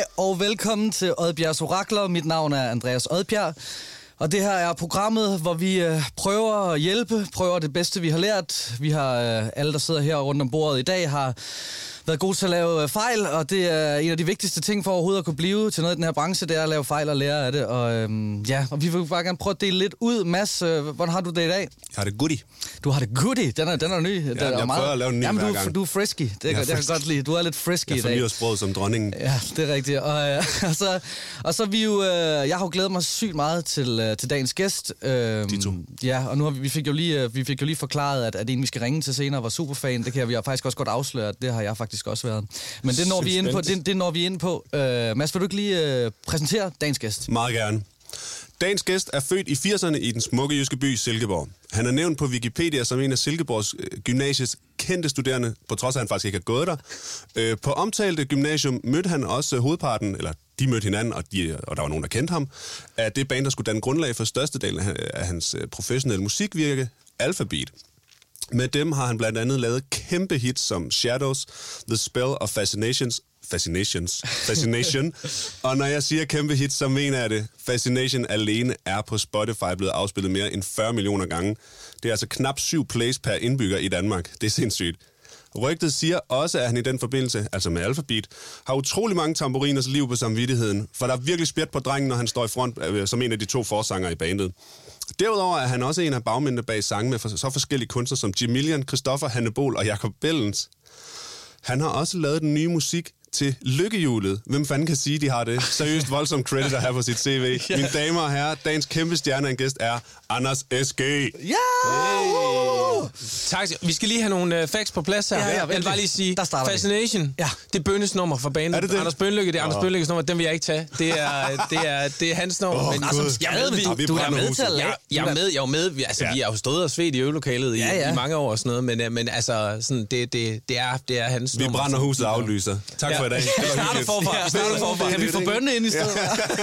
Hej og velkommen til Oddbjergs Orakler. Mit navn er Andreas Oddbjerg. Og det her er programmet, hvor vi prøver at hjælpe, prøver det bedste, vi har lært. Vi har alle, der sidder her rundt om bordet i dag, har været gode til at lave fejl, og det er en af de vigtigste ting for overhovedet at kunne blive til noget i den her branche, det er at lave fejl og lære af det. Og vi vil bare gerne prøve at dele lidt ud. Mads, hvordan har du det i dag? Jeg har det goodie. Du har det goodie? Den er ny. Ja, jeg prøver at lave en ny hver gang. Du er frisky. Det kan jeg godt lide. Du er lidt frisky i dag. Jeg fornyer sproget som dronningen. Ja, det er rigtigt. Og så vi jo... jeg har jo glædet mig sygt meget til dagens gæst. Dito. Ja, og nu har vi fik jo lige forklaret, at en, vi skal ringe til senere, var superfan. Det kan vi faktisk også godt afsløre. Det har jeg faktisk også været. Men det når vi ind på. Det når vi ind på. Mads, vil du ikke lige præsentere dagens gæst? Meget gerne. Dagens gæst er født i 80'erne i den smukke jyske by Silkeborg. Han er nævnt på Wikipedia som en af Silkeborgs gymnasiets kendte studerende, på trods af, at han faktisk ikke har gået der. På omtalte gymnasium mødte han også hovedparten, eller de mødte hinanden, og der var nogen, der kendte ham, af det band, der skulle danne grundlag for størstedelen af hans professionelle musikvirke, Alphabeat. Med dem har han blandt andet lavet kæmpe hits som Shadows, The Spell og Fascination. Og når jeg siger kæmpe hits, så mener jeg det. Fascination alene er på Spotify blevet afspillet mere end 40 millioner gange. Det er altså knap 7 plays per indbygger i Danmark. Det er sindssygt. Rygtet siger også, at han i den forbindelse, altså med Alphabeat, har utrolig mange tamburiners liv på samvittigheden, for der er virkelig spjæt på drengen, når han står i front som en af de 2 forsanger i bandet. Derudover er han også en af bagmændene bag sange med så forskellige kunstnere som Jim Millian, Christoffer Hannebol og Jacob Bellens. Han har også lavet den nye musik til Lykkehjulet. Hvem fanden kan sige, de har det? Seriøst voldsomt credit at have på sit CV. Ja. Mine damer og herrer, dagens kæmpe stjerne og gæst er Anders S.G. Ja! Hey. Tak. Vi skal lige have nogle facts på plads her. Ja, jeg vil bare lige sige, Fascination, ja. Det er Bønnes nummer for bandet. Er det? Anders Bønlykke, det er Anders Bønlykkes nummer, den vil jeg ikke tage. Det er hans nummer. Du er med til at lave. Jeg er med. Altså, vi har jo stået og svedt i øvelokalet i mange år og sådan noget, men altså, sådan, det er hans nummer. Vi brænder huset og aflyser. Tak for i dag. Vi starter forfra. Kan vi få bønne ind i stedet?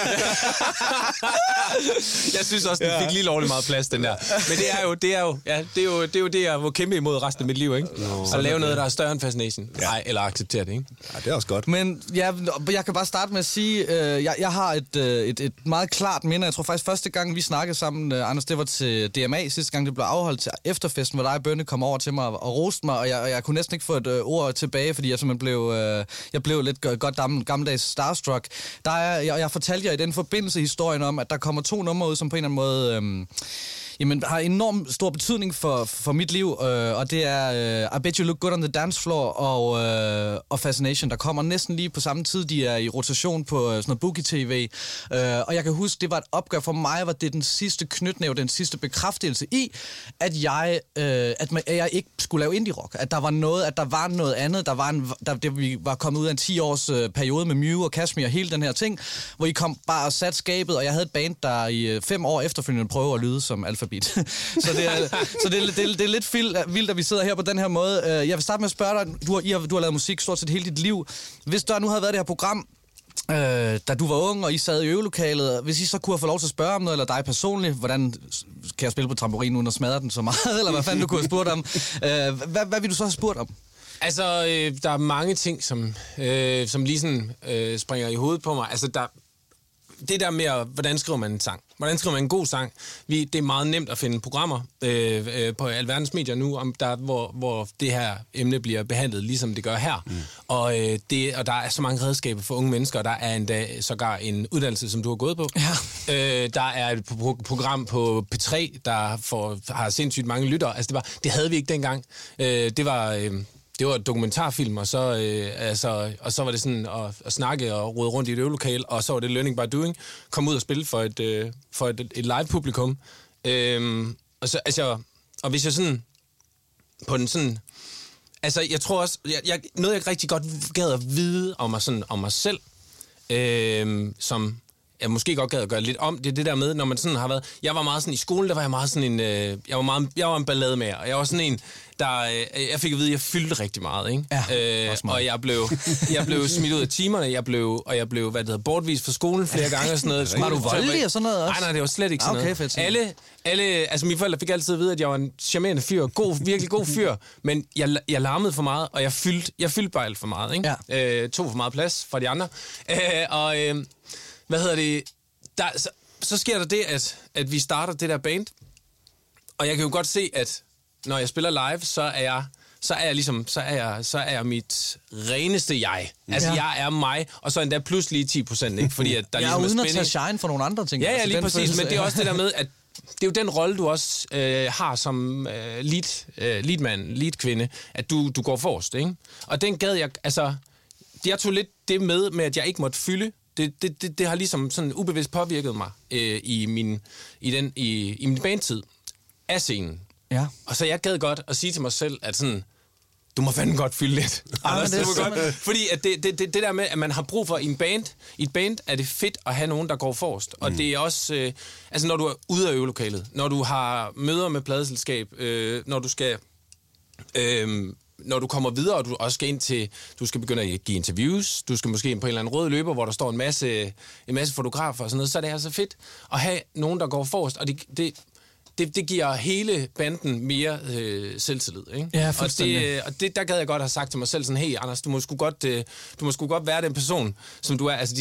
Jeg synes også, den fik lige lovligt meget plads, den der. Men det er jo det, jeg må kæmpe imod resten af mit liv, ikke? At lave noget, der er større end Fascination. Nej, eller acceptere det, ikke? Ja, det er også godt. Men ja, jeg kan bare starte med at sige, jeg har et meget klart minde. Jeg tror faktisk første gang, vi snakkede sammen, Anders, det var til DMA. Sidste gang, det blev afholdt til efterfesten, hvor dig og Bønne kom over til mig og roste mig, og jeg kunne næsten ikke få et ord tilbage, fordi jeg simpelthen blev lidt godt gammeldags starstruck. Jeg fortalte jer i den forbindelse historien om, at der kommer 2 numre ud, som på en eller anden måde har enormt stor betydning for mit liv, og det er I Bet You Look Good on the Dance Floor og Fascination, der kommer næsten lige på samme tid. De er i rotation på sådan noget Boogie TV, og jeg kan huske, det var et opgør for mig, var det den sidste knytnæve, den sidste bekræftelse i, at jeg ikke skulle lave indie-rock. At der var noget andet. Vi var kommet ud af en 10-års periode med Mew og Kashmir og hele den her ting, hvor I kom bare og satte skabet, og jeg havde et band, der i 5 år efterfølgende prøver at lyde som Alphabeat. så det er lidt vildt, at vi sidder her på den her måde. Jeg vil starte med at spørge dig, du har lavet musik stort set hele dit liv. Hvis der nu havde været det her program, da du var ung, og I sad i øvelokalet, hvis I så kunne have fået lov til at spørge om noget, eller dig personligt, hvordan kan jeg spille på trampolin uden at smadre den så meget, eller hvad fanden du kunne have spurgt om. Hvad vil du så have spurgt om? Altså, der er mange ting, som lige sådan springer i hovedet på mig. Altså, det der med, hvordan skriver man en sang? Hvordan skriver man en god sang? Det er meget nemt at finde programmer på alverdens medier nu, hvor det her emne bliver behandlet, ligesom det gør her. Og der er så mange redskaber for unge mennesker, og der er endda sågar en uddannelse, som du har gået på. Ja. Der er et program på P3, der har sindssygt mange lyttere. Altså, det havde vi ikke dengang. Det var et dokumentarfilm, og så var det sådan at snakke og rode rundt i et øvelokale, og så var det learning by doing, komme ud og spille for et live-publikum. Og hvis jeg sådan, på den sådan, altså jeg tror også, noget jeg rigtig godt gad at vide om mig selv, som jeg måske godt gad at gøre lidt om, det er det der med, når man sådan har været, jeg var meget sådan i skolen, der var jeg meget sådan en, jeg var en ballademager, og jeg var sådan en, jeg fik at vide, at jeg fyldte rigtig meget, ikke? Ja, og jeg blev smidt ud af timerne, jeg blev bortvist fra skolen flere gange og sådan noget. Var du voldelig og sådan noget også? Nej, det var slet ikke sådan noget. Fedt. Altså mine forældre fik altid at vide, at jeg var en charmerende fyr, virkelig god fyr, men jeg larmede for meget, og jeg fyldte bare alt for meget, ikke? Ja. Tog for meget plads fra de andre. Så sker der det, at vi starter det der band, og jeg kan jo godt se, at når jeg spiller live, så er jeg mit reneste jeg. Altså, jeg er mig, og så endda plus lige 10%, ikke? Fordi at der jeg ligesom er uden spænding. at tage shine for nogle andre ting. Ja, lige præcis, men det er også det der med, at det er jo den rolle, du også har som lead-kvinde, at du går forrest, ikke? Og den gad jeg tog lidt det med, at jeg ikke måtte fylde. Det har ligesom sådan ubevidst påvirket mig i min bandtid af scenen. Ja. Og så jeg gad godt at sige til mig selv, at sådan, du må fandme godt fylde lidt. Fordi at det der med, at man har brug for i et band, er det fedt at have nogen, der går forrest. Og det er også, når du er ude af øvelokalet, når du har møder med pladeselskab, når du skal... når du kommer videre, og du også skal ind til, du skal begynde at give interviews, du skal måske ind på en eller anden rød løber, hvor der står en masse fotografer og sådan noget, så er det altså fedt at have nogen, der går forrest, og det giver hele banden mere selvtillid, ikke? Ja, fuldstændig. Og det der gad jeg godt have sagt til mig selv sådan, hey Anders, du må sgu godt være den person, som du er, altså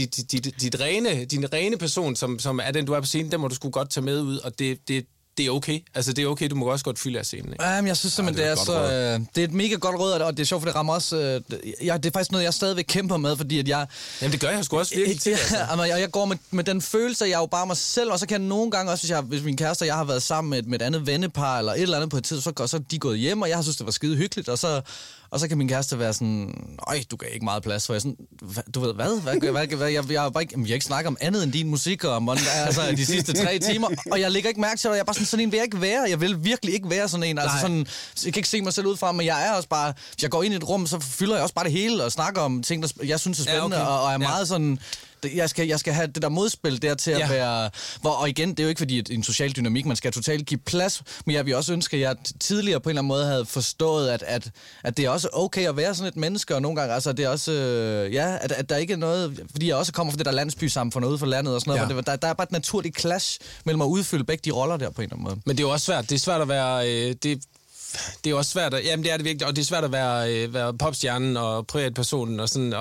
din rene person, som er den du er på scenen, den må du sgu godt tage med ud, og det er okay. Altså, det er okay, du må også godt fylde af scenen, ikke? Jamen, jeg synes simpelthen, det er et mega godt råd, og det er sjovt, for det rammer også... det er faktisk noget, jeg stadigvæk kæmper med, fordi at jeg... Jamen, det gør jeg sgu også virkelig til, altså. Jeg går med den følelse, at jeg er jo bare mig selv, og så kan jeg nogle gange også, hvis min kæreste og jeg har været sammen med et andet vennepar, eller et eller andet på et tidspunkt, så er de gået hjem, og jeg har synes, det var skide hyggeligt, og så kan min kæreste være sådan, du gav ikke meget plads, for jeg sådan, du ved hvad? Jeg vil ikke snakke om andet end din musik, og altså de sidste 3 timer, og jeg lægger ikke mærke til det, og jeg er bare sådan en vil jeg ikke være. Jeg vil virkelig ikke være sådan en. Altså sådan, jeg kan ikke se mig selv ud fra, men jeg er også bare, hvis jeg går ind i et rum, så fylder jeg også bare det hele, og snakker om ting, der jeg synes er spændende, og er meget sådan... Jeg skal have det der modspil der til at være... Og igen, det er jo ikke fordi, at en social dynamik, man skal totalt give plads, men jeg vil også ønske, at jeg tidligere på en eller anden måde havde forstået, at det er også okay at være sådan et menneske, og nogle gange, altså det er også... at der ikke er noget... Fordi jeg også kommer fra det der landsbysamfund ude for landet og sådan noget, hvor der er bare et naturligt clash mellem at udfylde begge de roller der på en eller anden måde. Men det er jo også svært. Det er svært at være... Det er også svært at, jamen det er det virkelig, og det er svært at være popstjernen og privatpersonen og sådan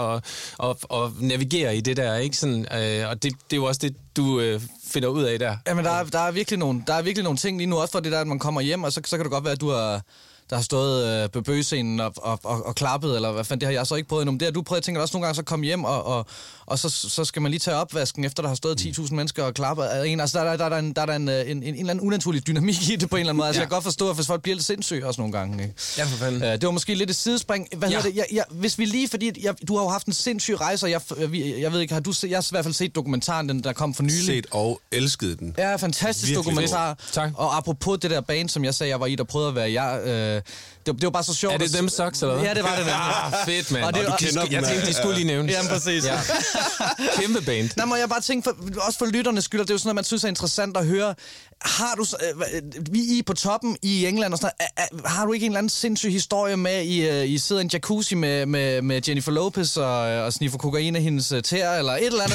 og navigere i det der, ikke sådan, og det er jo også det du finder ud af der. Jamen der er virkelig nogle ting lige nu også for det der, at man kommer hjem, og så kan det godt være, at du der har stået på bøgescenen og klappet, eller hvad fanden, det har jeg så ikke prøvet endnu. Men det har du prøvet, jeg tænker også nogle gange, så komme hjem, og så skal man lige tage opvasken, efter der har stået 10.000 mennesker og klappet. Altså, der er en eller anden unaturlig dynamik i det på en eller anden måde. Altså, jeg kan godt forstå, at hvis folk bliver lidt sindssyge også nogle gange. Ikke? Ja, for fanden. Det var måske lidt et sidespring. Hvad hedder det? Hvis vi lige, fordi du har jo haft en sindssyg rejse, og jeg ved ikke, har du set, jeg har i hvert fald set dokumentaren, den der kom for nylig. Set og elsket den. Ja, fantastisk virkelig dokumentar. Tak. Og apropos det der band, som jeg sagde, jeg var i, der prøvede at være jeg... Det var bare så sjovt. Er det dem Socks, eller hvad? Ja, det var det. Fedt, mand. Og du kender dem. Jeg tænkte, de skulle lige nævnes. Jamen, præcis. Ja. Kæmpe band. Nej, må jeg bare tænke, også for lytternes skyld, det er jo sådan noget, man synes er interessant at høre. Har du... Vi er på toppen i England og sådan noget. Har du ikke en eller anden sindssyg historie med, I sidder i en jacuzzi med Jennifer Lopez og sniffer kokain af hendes tæer, eller et eller andet?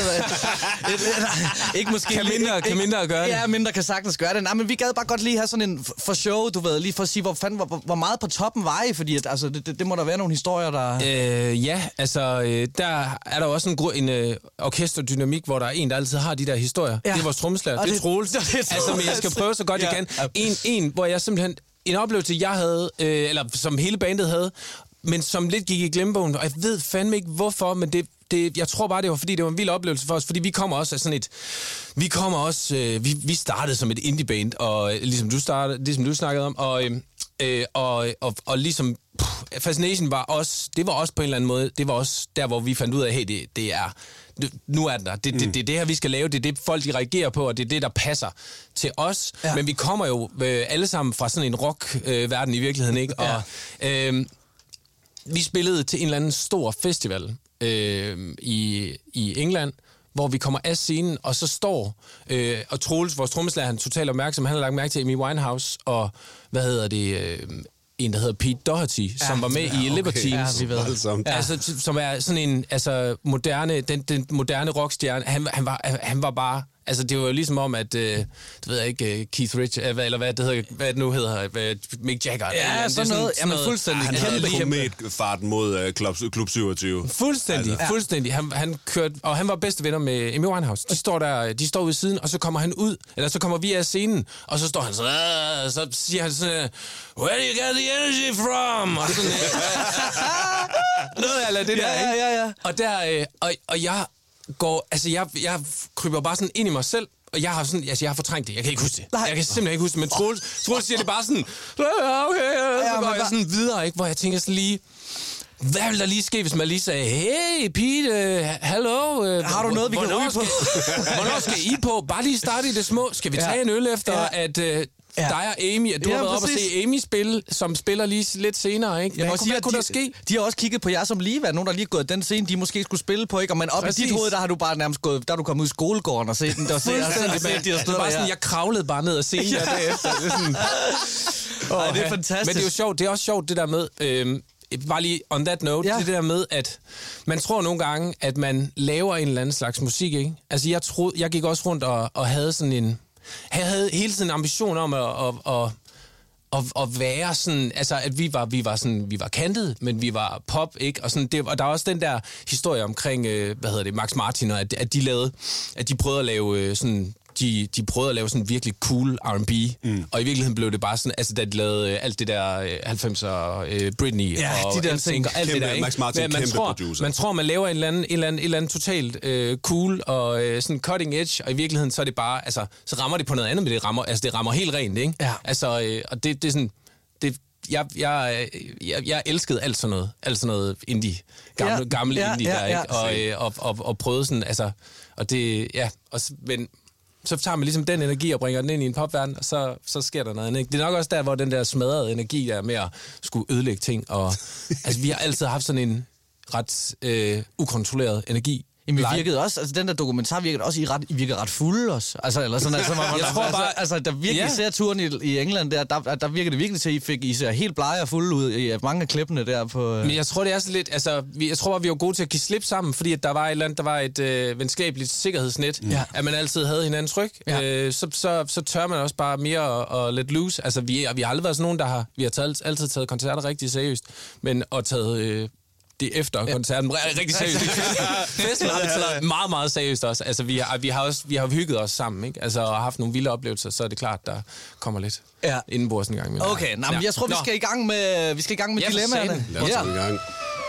Ikke måske... Kan mindre at gøre det? Ja, mindre kan sagtens gøre det. Nej, men vi gad bare godt lige have sådan en for show, du ved, lige for at sige, hvor meget på toppen var I? Fordi at, altså, det må der være nogle historier, der... Der er der også en orkesterdynamik, hvor der er en, der altid har de der historier. Ja. Det er vores trommeslager. Det er Troels. Altså, men jeg skal prøve så godt jeg kan. En, hvor jeg simpelthen... En oplevelse, jeg havde, eller som hele bandet havde, men som lidt gik i glemmebogen, og jeg ved fandme ikke hvorfor, men jeg tror bare, det var, fordi det var en vild oplevelse for os, fordi vi kommer også af sådan et... Vi startede som et indie-band, og ligesom du snakkede om, og ligesom Fascination var også, det var også på en eller anden måde, det var også der, hvor vi fandt ud af, hey, det er, nu er den der, det er det her, vi skal lave, det er det, folk de reagerer på, og det er det, der passer til os, men vi kommer jo alle sammen fra sådan en rock-verden i virkeligheden, ikke? Og vi spillede til en eller anden stor festival i England, hvor vi kommer af scenen, og så står, og Troels, vores trommeslager, han er totalt opmærksom, han har lagt mærke til Amy Winehouse, og en, der hedder Pete Doherty, som var med i Libertines. Ja, vi ved. Altså, som er sådan en moderne, den moderne rockstjerne. Han var bare... Altså, det var jo ligesom om, at, det ved jeg ikke, Keith Richards, eller hvad det hedder, hvad det nu hedder, Mick Jagger. Ja, sådan noget. Jamen, fuldstændig. Han havde kometfart mod Klub 27. Fuldstændig. Han kørte, og han var bedste venner med Amy Winehouse. De står ude i siden, og så kommer han ud, eller så kommer vi af scenen, og så står han så siger han sådan, where do you get the energy from? Og sådan noget, eller det der, ikke? Ja. Og der, og jeg går, altså jeg kryber bare sådan ind i mig selv, og jeg har sådan, altså jeg har fortrængt det. Jeg kan ikke huske det. Jeg kan simpelthen ikke huske det, men Troels siger det bare sådan, okay, så går jeg sådan videre, ikke, hvor jeg tænker sådan lige, hvad ville der lige ske, hvis man lige sagde, hey Pete, hallo. Har du noget, vi kan ryge på? Hvornår skal I på? Bare lige starte i det små. Skal vi tage en øl efter, at... dig og Amy, at du har været oppe og se Amy spille, som spiller lige lidt senere, ikke? Hvad kunne der ske? De har også kigget på jer som ligevært, nogen der lige er gået den scene, de måske skulle spille på, ikke? Og men op i dit hoved, der har du bare nærmest gået, der er du kommet ud i skolegården og set den, der ser det var bare sådan, jeg kravlede bare ned og se jer derefter. Det er sådan... det er fantastisk. Men det er jo sjovt, det er også sjovt det der med... bare lige on that note, det der med, at man tror nogle gange, at man laver en eller anden slags musik, ikke? Altså, jeg gik også rundt og havde sådan en... Jeg havde hele tiden en ambition om at være sådan, altså at vi var kantet, men vi var pop, ikke? Og sådan og der er også den der historie omkring Max Martin, og at de prøvede at lave sådan de prøvede at lave sådan virkelig cool R&B, og i virkeligheden blev det bare sådan, altså da de lavede alt det der 90'er Britney og de der ting, alt det der, ikke? Max Martin, kæmpe producer. Man tror, man laver en eller anden totalt cool og sådan cutting edge, og i virkeligheden så er det bare, altså så rammer det på noget andet, men det rammer helt rent, ikke? Ja. Altså, og det er sådan, jeg elskede alt sådan noget indie, gammel indie der, ikke? Og prøvede sådan, altså, og det, men så tager man ligesom den energi og bringer den ind i en popverden, og så sker der noget andet, ikke? Det er nok også der, hvor den der smadrede energi er med at skulle ødelægge ting, og altså, vi har altid haft sådan en ret ukontrolleret energi. Jamen, vi virkede også, altså den der dokumentar virkede også, I virkede ret fulde også. Altså, eller sådan, altså, jeg tror bare, altså, der virkelig ser turen i England der virkede det virkelig til, at I ser helt blege og fulde ud i mange af klippene der på... Men jeg tror, det er så lidt, altså, jeg tror, vi var gode til at give slip sammen, fordi at der var et venskabeligt sikkerhedsnet, at man altid havde hinandens ryg. Så tør man også bare mere og let loose. Altså, vi har aldrig været sådan nogen, vi har altid taget koncerter rigtig seriøst, men og taget... det efter koncerten rigtig seriøst. Festen har vi taget meget, meget seriøst også. Altså, vi har hygget os sammen, ikke? Altså, og haft nogle vilde oplevelser, så er det klart, der kommer lidt indenbords en gang. Men okay, men jeg tror, vi skal i gang med dilemmaerne. Lad os gå i gang.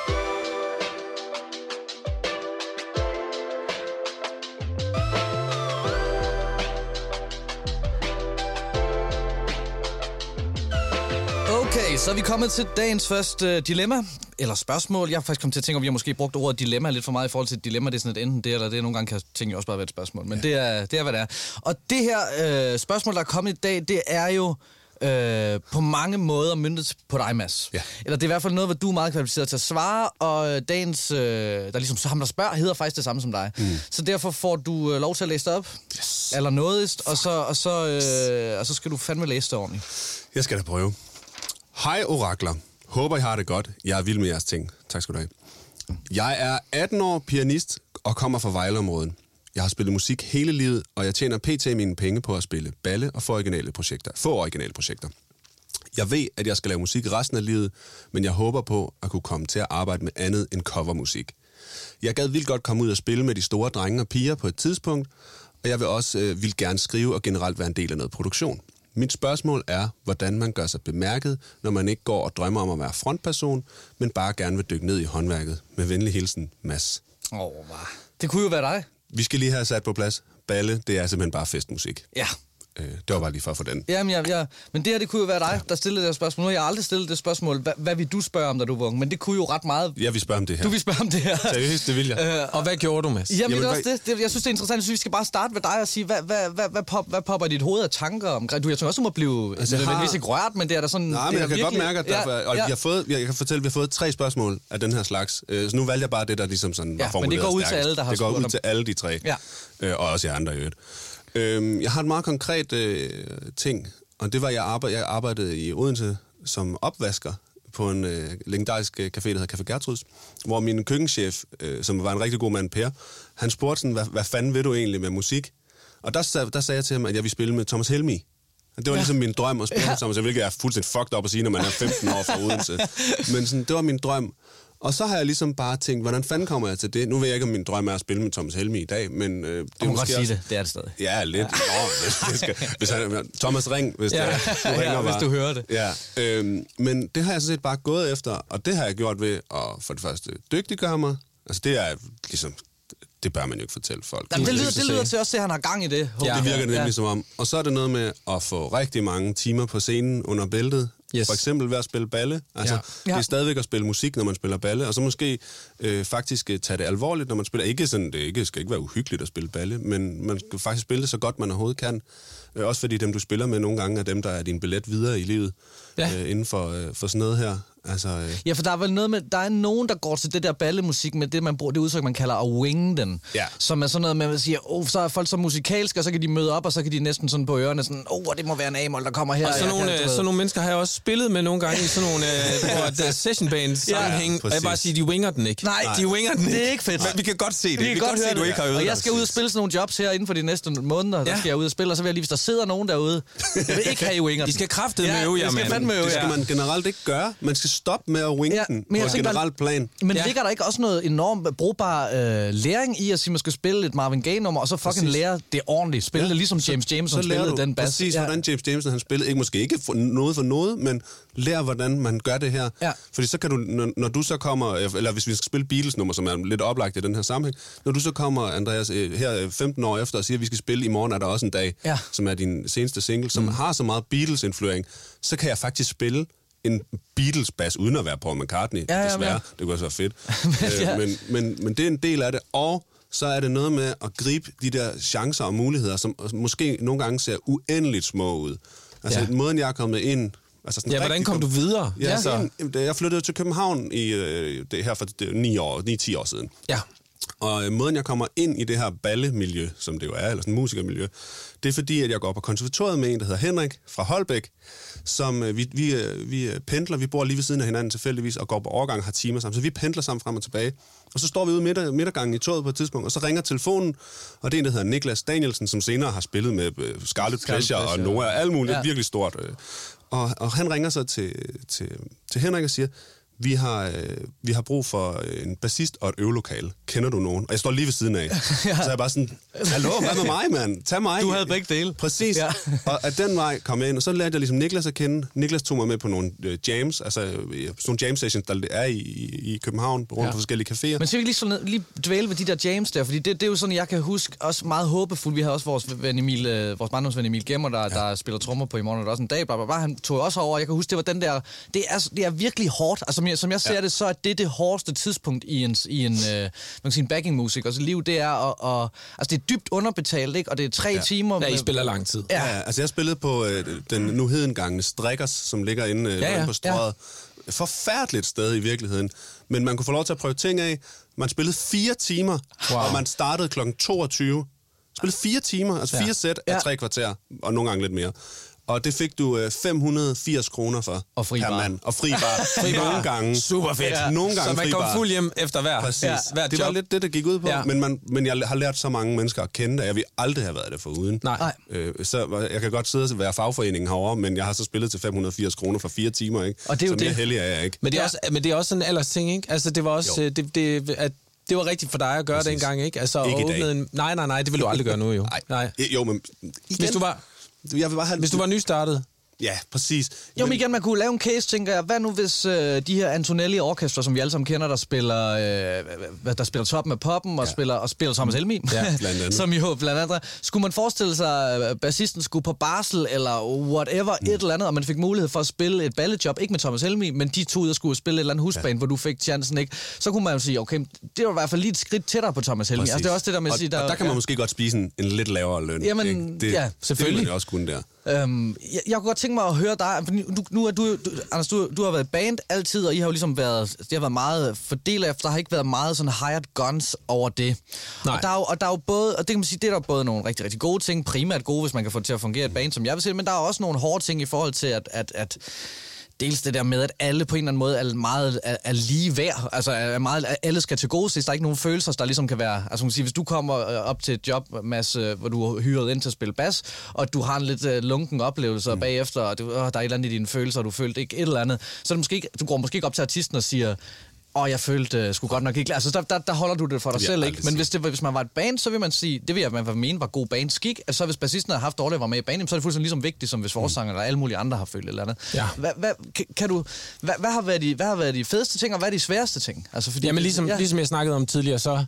Okay, så er vi kommet til dagens første dilemma, eller spørgsmål. Jeg har faktisk kommet til at tænke, om vi har måske brugt ordet dilemma lidt for meget i forhold til et dilemma. Det er sådan et enten det eller det. Nogle gange kan tingene jo også bare være et spørgsmål, men det er, hvad det er. Og det her spørgsmål, der er kommet i dag, det er jo på mange måder møntet på dig, Mads. Ja. Eller det er i hvert fald noget, hvor du er meget kvalificeret til at svare, og dagens, der ligesom så ham, der spørger, hedder faktisk det samme som dig. Så derfor får du lov til at læse det op, eller nådigst, og så skal du fandme læse det ordentligt. Jeg skal da prøve. Hej orakler. Håber I har det godt. Jeg er vild med jeres ting. Tak skal du have. Jeg er 18 år, pianist og kommer fra Vejleområdet. Jeg har spillet musik hele livet, og jeg tjener pt. Mine penge på at spille balle og få originale projekter. Jeg ved, at jeg skal lave musik resten af livet, men jeg håber på at kunne komme til at arbejde med andet end covermusik. Jeg gad vildt godt komme ud og spille med de store drenge og piger på et tidspunkt, og jeg vil også vildt gerne skrive og generelt være en del af noget produktion. Mit spørgsmål er, hvordan man gør sig bemærket, når man ikke går og drømmer om at være frontperson, men bare gerne vil dykke ned i håndværket. Med venlig hilsen, Mads. Det kunne jo være dig. Vi skal lige have sat på plads. Balle, det er simpelthen bare festmusik. Ja. Det var bare lige for at få den. Jamen, men det her, det kunne jo være dig, der stillede det her spørgsmål. Nu har jeg aldrig stillet det spørgsmål, hvad vil du spørge om, da du var ung? Men det kunne jo ret meget... Jeg vil spørge om det her. Du vil spørge om det her. Seriøst, det vil jeg. Og hvad gjorde du, Mads? Jamen, det er også det. Jeg synes, det er interessant. Jeg synes, vi skal bare starte med dig og sige, hvad popper i dit hoved af tanker omkring? Jeg tror også, du må blive nødvendigvis ikke rørt, men det er der sådan... Nej, men jeg kan godt mærke, at jeg kan fortælle, at vi har fået 3 spørgsmål af den her slags. Så nu valgte jeg bare det, der ligesom sådan var formuleret. Men det går ud til alle, der har spurgt. Det går ud til alle de 3. Ja. Og også jer andre i øvrigt. Jeg har et meget konkret ting, og det var, jeg arbejdede i Odense som opvasker på en legendarisk café, der hedder Café Gertruds, hvor min køkkenchef, som var en rigtig god mand, Per, han spurgte sådan, hvad fanden vil du egentlig med musik? Og der sagde jeg til ham, at jeg ville spille med Thomas Helmig. Det var ligesom min drøm at spille med Thomas, hvilket er fuldstændig fucked up at sige, når man er 15 år fra Odense. Men sådan, det var min drøm. Og så har jeg ligesom bare tænkt, hvordan fanden kommer jeg til det? Nu ved jeg ikke, om min drøm er at spille med Thomas Helmig i dag, men det er måske sige også... det er det stadig. Ja, lidt. Hvis Thomas ring, hvis, hvis du hører det. Ja, men det har jeg sådan set bare gået efter, og det har jeg gjort ved at for det første dygtiggøre mig. Altså det er ligesom... Det bør man jo ikke fortælle folk. Jamen, det lyder til også, at han har gang i det. Ja. Det virker det nemlig som om. Og så er det noget med at få rigtig mange timer på scenen under bæltet. For eksempel ved at spille balle. Altså, det er stadigvæk at spille musik, når man spiller balle. Og så måske faktisk tage det alvorligt, når man spiller. Ikke sådan, det skal ikke være uhyggeligt at spille balle, men man skal faktisk spille det så godt, man overhovedet kan. Også fordi dem, du spiller med nogle gange, er dem, der er din billet videre i livet. Inden for sådan noget her. Altså, Ja, for der er vel noget med, der er nogen, der går til det der ballemusik med det, man bruger, det udtryk, man kalder at winge den. Ja. Som er sådan noget med, at man siger, så er folk så musikalske, og så kan de møde op, og så kan de næsten sådan på ørerne sådan, det må være en A-mol, der kommer her. Og sådan nogle mennesker har jeg også spillet med nogle gange i sådan nogle session band sammenhæng, og jeg bare sige, de winger den ikke. Nej, de winger den ikke. Det er ikke fedt. Men vi kan godt se det. Vi kan godt se, at du ikke har øvet. Og jeg skal ud og spille sådan nogle jobs her inden for de næste måneder. Der skal jeg ud og spille, og så vil jeg lige, hvis der sidder nogen derude, jeg vil ikke have I winger den. I skal kraftedeme øve jer, mand. Det skal man generelt ikke gøre. Man skal stoppe med at winge den på et generelt plan. Men ligger der ikke også noget enormt brugbar læring i at sige, man skal spille et Marvin Gaye-nummer, og så fucking lære det ordentligt? Spille det ligesom James Jameson spillede den bas. Præcis, hvordan James Jameson han spillede. Måske ikke noget for noget, men lær, hvordan man gør det her. Ja. Fordi så kan du, når du så kommer, eller hvis vi skal spille Beatles-nummer, som er lidt oplagt i den her sammenhæng, når du så kommer, Andreas, her 15 år efter og siger, at vi skal spille I morgen er der også en dag, som er din seneste single, som har så meget Beatles-influering, så kan jeg faktisk spille en Beatles-bass, uden at være Paul McCartney, desværre. Det kunne også være fedt. Men det er en del af det, og så er det noget med at gribe de der chancer og muligheder, som måske nogle gange ser uendeligt små ud. Altså, måden jeg er kommet ind... Altså sådan hvordan kom du videre? Jeg flyttede til København det her for 9-10 år siden. Ja. Og måden, jeg kommer ind i det her ballemiljø, som det jo er, eller sådan musikermiljø, det er fordi, at jeg går på konservatoriet med en, der hedder Henrik fra Holbæk, som vi pendler, vi bor lige ved siden af hinanden tilfældigvis, og går på overgang og har timer sammen, så vi pendler sammen frem og tilbage. Og så står vi ude midtergangen i toget på et tidspunkt, og så ringer telefonen, og det er en, der hedder Niklas Danielsen, som senere har spillet med Scarlet Pleasure og Noah og alt muligt, virkelig stort. Og han ringer så til Henrik og siger, vi har brug for en bassist og et øvelokale. Kender du nogen? Og jeg står lige ved siden af. Så er jeg bare sådan, hallo, hvad med mig, mand? Tag mig. Du havde begge dele. Præcis. Ja. Og af den vej kom jeg ind, og så lærte jeg ligesom Niklas at kende. Niklas tog mig med på nogle jams, altså sådan nogle jam sessions, der er i København, rundt på forskellige caféer. Men så vil vi lige dvæle ved de der jams der, fordi det er jo sådan, jeg kan huske også meget håbefuldt. Vi har også vores barndomsven Emil Gemmer, der spiller trommer på I morgen, og der også en dag, han tog også over. Jeg kan huske, det var den der, det er virkelig hårdt. Altså, som jeg ser det, så er det hårdeste tidspunkt i en backing-musik. Altså liv, det er altså det er dybt underbetalt, ikke? Og det er 3 timer. Ja, I spiller lang tid. Ja, altså jeg spillede på den nu hedengangne Strikkers, som ligger inde på Strøget. Forfærdeligt sted i virkeligheden. Men man kunne få lov til at prøve ting af. Man spillede 4 timer, og man startede kl. 22. Spillede 4 timer, altså 4 sæt af 3 kvarter, og nogle gange lidt mere. Og det fik du 580 kroner for per mand. Og fri bar. Nogle gange. Super fedt. Ja. Nogle gange så man kom fuld hjem efter hver. Præcis. Ja. Det var lidt det gik ud på. Ja. Men jeg har lært så mange mennesker at kende, at jeg vil aldrig have været det foruden. Nej. Så jeg kan godt sidde og være fagforeningen herovre, men jeg har så spillet til 580 kroner for 4 timer, ikke? Og det er jo så mere heldig er jeg ikke. Men det er også sådan en alders ting, ikke? Altså det var også... Det var rigtigt for dig at gøre det engang, ikke? Altså ikke i dag. Nej, det vil du aldrig gøre nu, jo. Nej. Jo, men igen... Hvis du var nystartet. Ja, præcis. Jo, men igen, man kunne lave en case, tænker jeg. Hvad nu, hvis de her Antonelli-orkestre, som vi alle sammen kender, der spiller toppen af poppen og spiller Thomas Helmig, som jo blandt andet. Skulle man forestille sig, at bassisten skulle på barsel, eller whatever, et eller andet, og man fik mulighed for at spille et ballejob, ikke med Thomas Helmig, men de to ud og skulle spille et eller andet husband, hvor du fik chancen, ikke? Så kunne man jo sige, okay, det var i hvert fald lige et skridt tættere på Thomas Helmig. Altså, det er også det der med at sige... Og der kan man måske godt spise en lidt lavere løn. Jamen, selvfølgelig. Det man også kunne der. Jeg kunne godt tænke mig at høre dig, for nu er Anders, du har været i band altid, og I har jo ligesom været, det har været meget fordelt efter, der har ikke været meget sådan hired guns over det. Nej. Og der er jo både, og det kan man sige, det er der både nogle rigtig, rigtig gode ting, primært gode, hvis man kan få det til at fungere et band, som jeg vil sige, men der er også nogle hårde ting i forhold til, at dels det der med, at alle på en eller anden måde er lige værd. Altså, alle skal til gode. Der er ikke nogen følelser, der ligesom kan være... Altså, man kan sige, hvis du kommer op til et job, Mads, hvor du er hyret ind til at spille bas, og du har en lidt lunken oplevelse bagefter, og der er et eller andet i dine følelser, og du følte ikke et eller andet, så er det måske ikke, du går måske ikke op til artisten og siger... jeg følte sgu godt nok ikke... Altså, der holder du det for dig selv, ikke? Men hvis man var et band, så vil man sige... Det vil jeg mene var god bandskik. Altså, så hvis bassisten havde haft dårligt var med i banen, så er det fuldstændig ligesom vigtigt, som hvis forsanger eller alle mulige andre har følt et eller andet. Ja. Hvad har været de fedeste ting, og hvad er de sværeste ting? Altså, fordi jamen, ligesom jeg snakkede om tidligere, så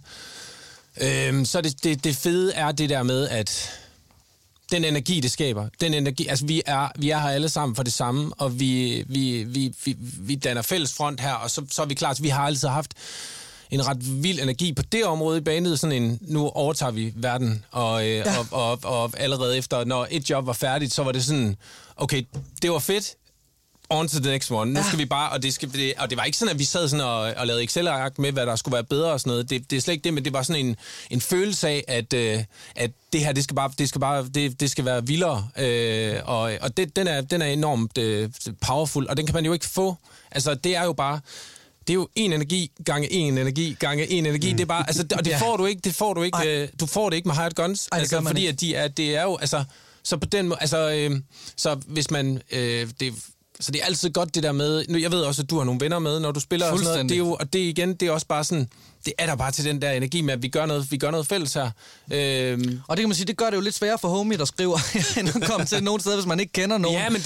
det fede er det der med, at... Den energi, det skaber. Den energi, altså vi er her alle sammen for det samme, og vi danner fælles front her, og så er vi klar. Vi har altid haft en ret vild energi på det område i banet, sådan en, nu overtager vi verden, og allerede efter, når et job var færdigt, så var det sådan, okay, det var fedt, on to the next one. Nu skal vi bare, og det var ikke sådan, at vi sad sådan og lavede Excel-ark med, hvad der skulle være bedre og sådan noget. Det er slet ikke det, men det var sådan en følelse af, at det her, det skal være vildere. Og den er enormt powerful, og den kan man jo ikke få. Altså, det er jo bare... Det er jo en energi gange en energi gange en energi. Det er bare, altså, og det får du ikke. Du får det ikke med Hired Guns, altså, fordi at det er jo, altså, så på den måde, altså, så hvis man, så det er altid godt det der med, nu jeg ved også, at du har nogle venner med, når du spiller og sådan noget, det er jo, og det igen, det er også bare sådan, det er der bare til den der energi med, at vi gør noget fælles her. Og det kan man sige, det gør det jo lidt sværere for homie, der skriver, end at komme til nogle steder, hvis man ikke kender nogen. Ja,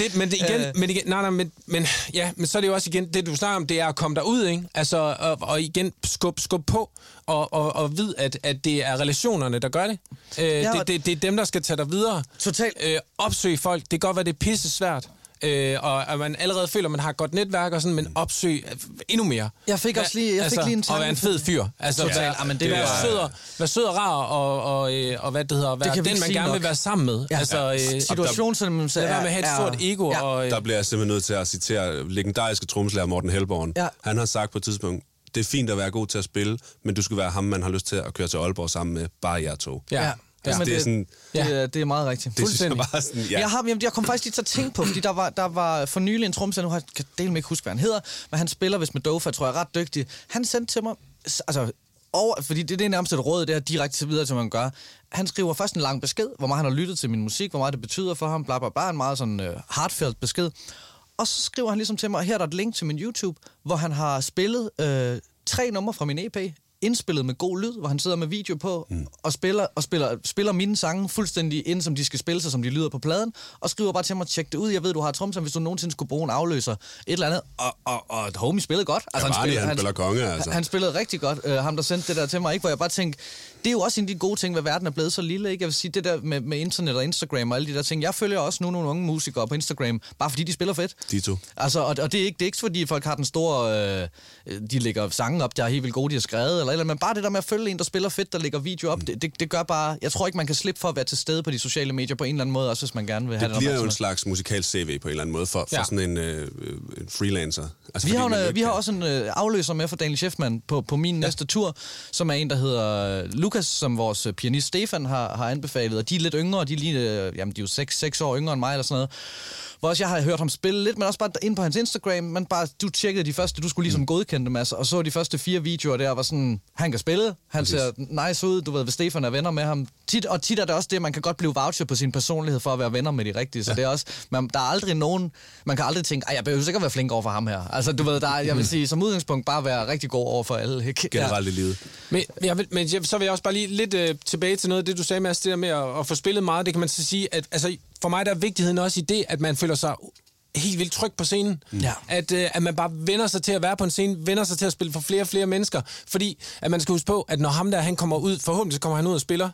men så er det jo også igen, det du snakker om, det er at komme derud, ikke? Altså, og igen, skub på, og vid, at det er relationerne, der gør det. Det er dem, der skal tage dig videre. Totalt. Opsøg folk, det kan godt være, det er pisse svært. Og man allerede føler, at man har et godt netværk og sådan, men opsøg endnu mere. Jeg fik lige en tanke. Og være en fed fyr. Altså, være sød og rar, og hvad det hedder, være den, man gerne vil være sammen med. Ja. Altså, situationen, som man siger, med at have et stort ego. Ja. Og, der bliver jeg simpelthen nødt til at citere legendariske trommeslager Morten Helborn. Ja. Han har sagt på et tidspunkt, det er fint at være god til at spille, men du skal være ham, man har lyst til at køre til Aalborg sammen med, bare jer to. Ja. Altså, det er meget rigtigt. Det synes jeg bare sådan, jeg kom faktisk lige til at tænke på, fordi der var for nylig en trommeslager, nu kan jeg dele med ikke huske, hvad han hedder, men han spiller vist med Dofa, tror jeg, ret dygtig. Han sendte til mig, altså, fordi det er nærmest et råd, det her direkte videre til, man gør. Han skriver først en lang besked, hvor meget han har lyttet til min musik, hvor meget det betyder for ham, bla bla bla, en meget sådan heartfelt besked. Og så skriver han ligesom til mig, her er der et link til min YouTube, hvor han har spillet 3 numre fra min EP, indspillet med god lyd, hvor han sidder med video på og spiller mine sange fuldstændig ind, som de skal spille sig, som de lyder på pladen, og skriver bare til mig, tjek det ud, jeg ved, du har trommeslager, hvis du nogensinde skulle bruge en afløser, et eller andet, og homie spillede godt. Altså, han spiller konge, altså. Han spillede rigtig godt, ham der sendte det der til mig, ikke? Hvor jeg bare tænkte, det er jo også en af de gode ting, hvad verden er blevet så lille, ikke? Jeg vil sige, det der med internet og Instagram og alle de der ting, jeg følger også nu nogle unge musikere på Instagram, bare fordi de spiller fedt. De to. Altså, og det er ikke fordi folk har den store, de lægger sange op, der er helt vildt gode, de har skrevet, eller men bare det der med at følge en, der spiller fedt, der lægger video op, det gør bare, jeg tror ikke, man kan slippe for at være til stede på de sociale medier på en eller anden måde, også hvis man gerne vil have det. Det bliver jo en slags musikal CV på en eller anden måde, for sådan en freelancer. Altså, vi har også en afløser med for Daniel Schiffman på min næste tur, som er en, der hedder Lukas, som vores pianist Stefan har anbefalet, og de er lidt yngre, de er jo 6 år yngre end mig, eller sådan noget. Hvor også jeg har hørt ham spille lidt, men også bare ind på hans Instagram, men bare, du tjekkede de første, du skulle ligesom godkende dem, altså, og så de første 4 videoer der, var sådan, han kan spille, han ser nice ud, du ved, hvis Stefan er venner med ham. Tit er det også det, man kan godt blive voucher på sin personlighed for at være venner med de rigtige, så det er også, der er aldrig nogen, man kan aldrig tænke, jeg behøver sikkert være flink over for ham her. Altså, du ved, jeg vil sige, som udgangspunkt bare være rigtig god over for alle, ikke? Generelt i livet. Men så vil jeg også bare lige lidt tilbage til noget af det, du sagde, Mads, det der med at få spillet meget, det kan man så sige, at altså, for mig der er vigtigheden også i det, at man føler sig helt vildt tryg på scenen. Ja. At man bare vender sig til at være på en scene, vender sig til at spille for flere og flere mennesker. Fordi at man skal huske på, at når ham der, han kommer ud, forhåbentlig så kommer han ud og spiller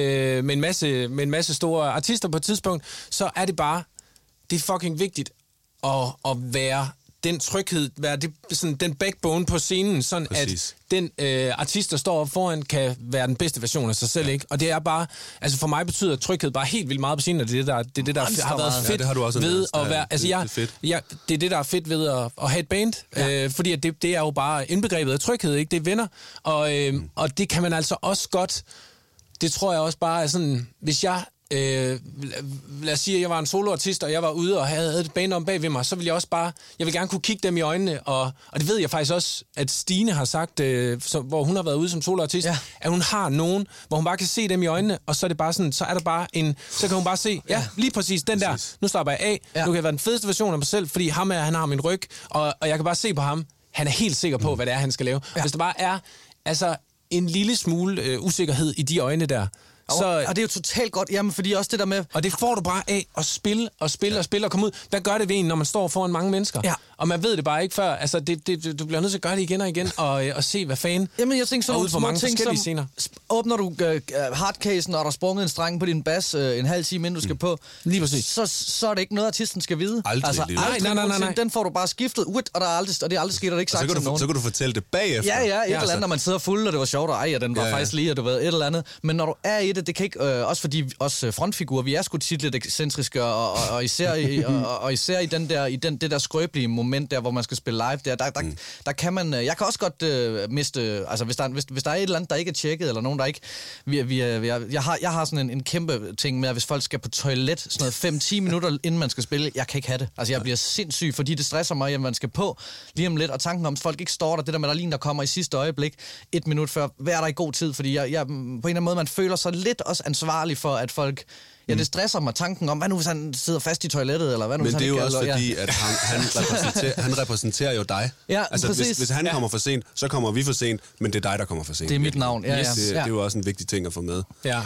med en masse store artister på et tidspunkt, så er det bare, det er fucking vigtigt at være den tryghed, være sådan, den backbone på scenen, sådan præcis. At den artist, der står op foran, kan være den bedste version af sig selv, ikke? Og det er bare, altså for mig betyder tryghed bare helt vildt meget på scenen, og det er det, der har været fedt det har du også ved at være, altså det er det, der er fedt ved at have et band, fordi at det er jo bare indbegrebet af tryghed, ikke? Det er venner, og det kan man altså også godt, det tror jeg også bare er sådan, hvis jeg lad os sige, at jeg var en soloartist, og jeg var ude og havde et band om bag ved mig, så ville jeg også bare, jeg vil gerne kunne kigge dem i øjnene, og det ved jeg faktisk også, at Stine har sagt, hvor hun har været ude som soloartist, at hun har nogen, hvor hun bare kan se dem i øjnene, og så er det bare sådan, så er der bare så kan hun bare se, lige præcis den der, nu slapper jeg af, nu kan jeg være den fedeste version af mig selv, fordi han har min ryg, og jeg kan bare se på ham, han er helt sikker på, hvad det er, han skal lave. Hvis der bare er, altså, en lille smule usikkerhed i de øjne der, så, og det er jo totalt godt, jamen fordi også det der med... Og det får du bare af at spille og komme ud. Hvad gør det ved en, når man står foran mange mennesker? Ja. Og man ved det bare ikke før. Altså, du bliver nødt til at gøre det igen og igen, og se, hvad fanden... Jamen, jeg tænker sådan nogle små ting, som... Scener. Åbner du hardcasen, og der er sprunget en streng på din bas en halv time, inden du skal på... Lige præcis. Så er det ikke noget, artisten skal vide. Aldrig. Nej. Den får du bare skiftet ud, og det er aldrig sket, og det er ikke sagt til nogen. Så kan du fortælle det bagefter. Ja, et eller andet, når man sidder fuld, og det var sjovt, og den var faktisk lige, og du ved, et eller andet. Men når du er i det kan ikke... også fordi os frontfigurer, vi er sgu tit lidt ekscentriske, og især i det der skrøbelige moment der, hvor man skal spille live, der kan man... Jeg kan også godt miste... Altså, hvis der er et eller andet, der ikke er tjekket, eller nogen, der ikke... Jeg har sådan en kæmpe ting med, at hvis folk skal på toilet, sådan noget 5-10 minutter, inden man skal spille, jeg kan ikke have det. Altså, jeg bliver sindssyg, fordi det stresser mig, at man skal på lige om lidt, og tanken om, at folk ikke står der, det der med, der lige der kommer i sidste øjeblik, 1 minut før, hvad er der i god tid? Fordi jeg på en eller anden måde, man føler sig lidt også ansvarlig for, at folk... Ja, det stresser mig tanken om, hvad nu hvis han sidder fast i toilettet, eller hvad nu hvis han ikke... Men det er jo også fordi, at han repræsenterer jo dig. Ja, altså, hvis han kommer for sent, så kommer vi for sent, men det er dig, der kommer for sent. Det er mit navn, ja. Det er jo også en vigtig ting at få med. Ja.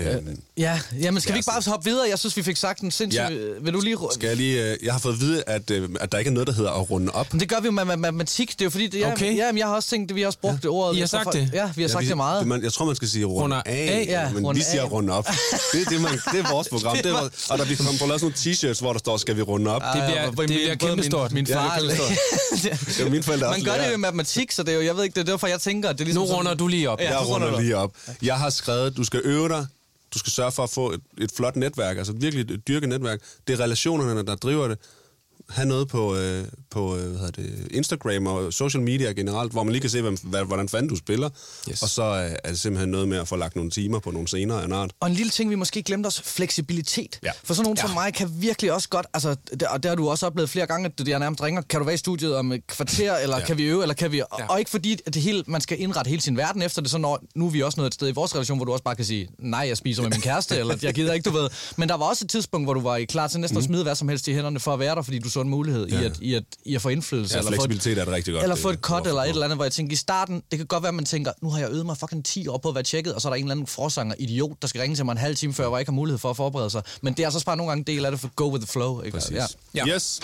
Men skal vi ikke bare hoppe videre? Jeg synes, vi fik sagt en sindssyg... Ja. Vil du lige... Skal jeg lige... Jeg har fået at vide, at der ikke er noget, der hedder at runde op. Men det gør vi jo med matematik. Det er jo fordi... Okay. Ja, men jeg har også tænkt, at vi har også brugt ordet... I har sagt det? Ja, vi har sagt det meget. Jeg tror, man skal sige runde af, men vi siger runde op. Det er vores program. Og der vi kommer på at lave sådan nogle t-shirts, hvor der står, skal vi runde op. Det bliver kæmpestort. Min far... Det er min forældre også. Man gør det jo i matematik, så det er jo... Jeg ved ikke, det er derfor, jeg tænker, at det er ligesom... Nu runder du lige op. Jeg runder lige op. Jeg har skrevet, du skal øve dig. Du skal sørge for at få et flot netværk, altså virkelig et dyrket netværk. Det er relationerne, der driver det. have noget på Instagram og social media generelt, hvor man lige kan se, hvordan fanden du spiller. Yes. Og så er det simpelthen noget med at få lagt nogle timer på nogle scener af en art. Og en lille ting, vi måske glemte os, fleksibilitet. Ja. For sådan nogen som mig kan virkelig også godt, altså, og det har du også oplevet flere gange, at jeg nærmest ringer, kan du være i studiet om et kvarter, eller kan vi øve, eller kan vi... Og ikke fordi, at det hele, man skal indrette hele sin verden efter det, så når, nu er vi også nået et sted i vores relation, hvor du også bare kan sige, nej, jeg spiser med min kæreste, eller jeg gider ikke, du ved. Men der var også et tidspunkt, hvor du var klar til næsten at smide hvad som helst i hænderne for at være der, fordi du så en mulighed i at få indflydelse. Ja, eller fleksibilitet er det rigtig godt. Eller få et cut eller et eller andet, hvor jeg tænker, i starten, det kan godt være, at man tænker, nu har jeg øvet mig fucking 10 år på at være tjekket, og så er der en eller anden forsanger idiot, der skal ringe til mig en halv time før, hvor jeg ikke har mulighed for at forberede sig. Men det er altså bare nogle gange del af det for go with the flow. Ikke? Præcis. Ja. Yes.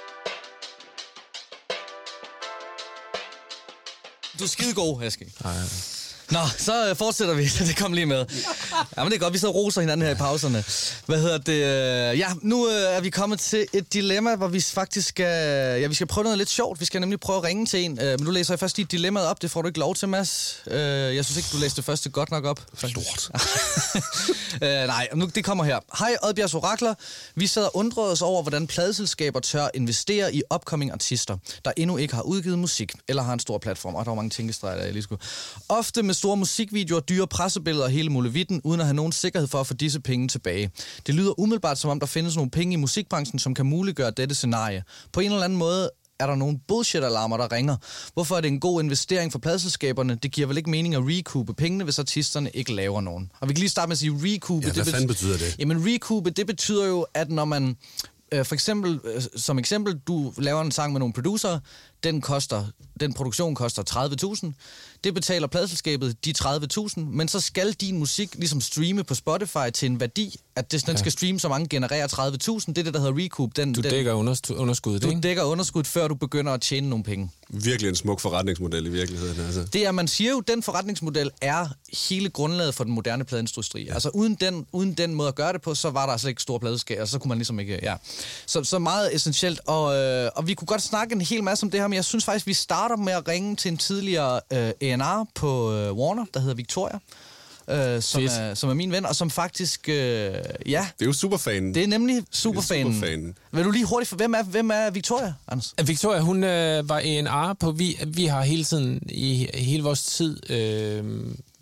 Du er skidegod, Aske. Nå, så fortsætter vi. Det kom lige med. Ja, men det er godt, vi sidder og roser hinanden her i pauserne. Ja, nu er vi kommet til et dilemma, hvor vi faktisk skal... vi skal prøve noget lidt sjovt. Vi skal nemlig prøve at ringe til en. Men nu læser jeg først lige dilemmaet op. Det får du ikke lov til, Mads. Jeg synes ikke, du læste det første godt nok op. Lort. Nej, nu det kommer her. Hej, Oddbjergs Orakler. Vi sad og undrede os over, hvordan pladeselskaber tør investere i upcoming artister, der endnu ikke har udgivet musik, eller har en stor platform. Og der var mange tænkestreger, der jeg lige skulle... Ofte med store musikvideoer, dyre pressebilleder og hele muligheden, uden at have nogen sikkerhed for at få disse penge tilbage. Det lyder umiddelbart, som om der findes nogle penge i musikbranchen, som kan muliggøre dette scenarie. På en eller anden måde er der nogle bullshit-alarmer, der ringer. Hvorfor er det en god investering for pladeselskaberne? Det giver vel ikke mening at recoupe pengene, hvis artisterne ikke laver nogen. Og vi kan lige starte med at sige recoupe. Ja, hvad fanden betyder det? Jamen recoupe, det betyder jo, at når man... For eksempel, som eksempel, du laver en sang med nogle producer, den produktion koster 30.000. Det betaler pladeselskabet de 30.000, men så skal din musik ligesom streame på Spotify til en værdi, at den skal streame, så mange genererer 30.000. Det er det, der hedder recoup. Du dækker underskuddet, ikke? Du dækker underskud, før du begynder at tjene nogle penge. Virkelig en smuk forretningsmodel i virkeligheden. Altså. Det er, man siger jo, den forretningsmodel er hele grundlaget for den moderne pladeindustri. Ja. Altså uden den måde at gøre det på, så var der altså ikke store pladeselskaber, så kunne man ligesom ikke... Ja. Så meget essentielt, og vi kunne godt snakke en hel masse om det her, men jeg synes faktisk, vi starter med at ringe til en tidligere A&R på Warner, der hedder Victoria. Som er min ven, og som faktisk, Det er jo superfanen. Det er nemlig superfanen. Vil du lige hurtigt for, hvem er Victoria, Anders? Victoria, hun var A&R på, vi har hele tiden, i hele vores tid,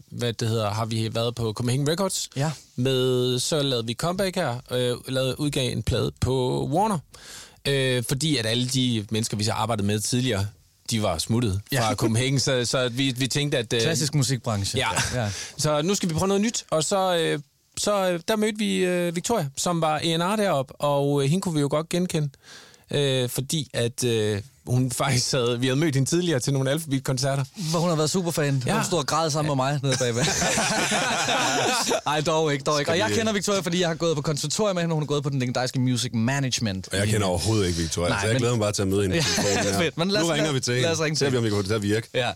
har vi været på Copenhagen Records. Ja. Så lavede vi comeback her, udgav en plade på Warner. Fordi at alle de mennesker, vi så arbejdede med tidligere, de var smuttet fra Copenhagen, så vi tænkte, at... Klassisk musikbranche. Ja. Så nu skal vi prøve noget nyt, og så der mødte vi Victoria, som var A&R deroppe, og hende kunne vi jo godt genkende, fordi at hun faktisk vi havde mødt hende tidligere til nogle Alphabet-koncerter. Hvor hun har været superfan. Ja. Hun stod og græd sammen med mig nede bagved. Nej, dog ikke. Og jeg kender Victoria, fordi jeg har gået på konservatorium med hende, og hun har gået på den legendariske Music Management. Og jeg kender overhovedet ikke Victoria, så jeg glæder mig bare til at møde hende. Fedt, men nu ringer vi til hende. Lad os ringe til hende. Vi kan få det til at virke. Ja.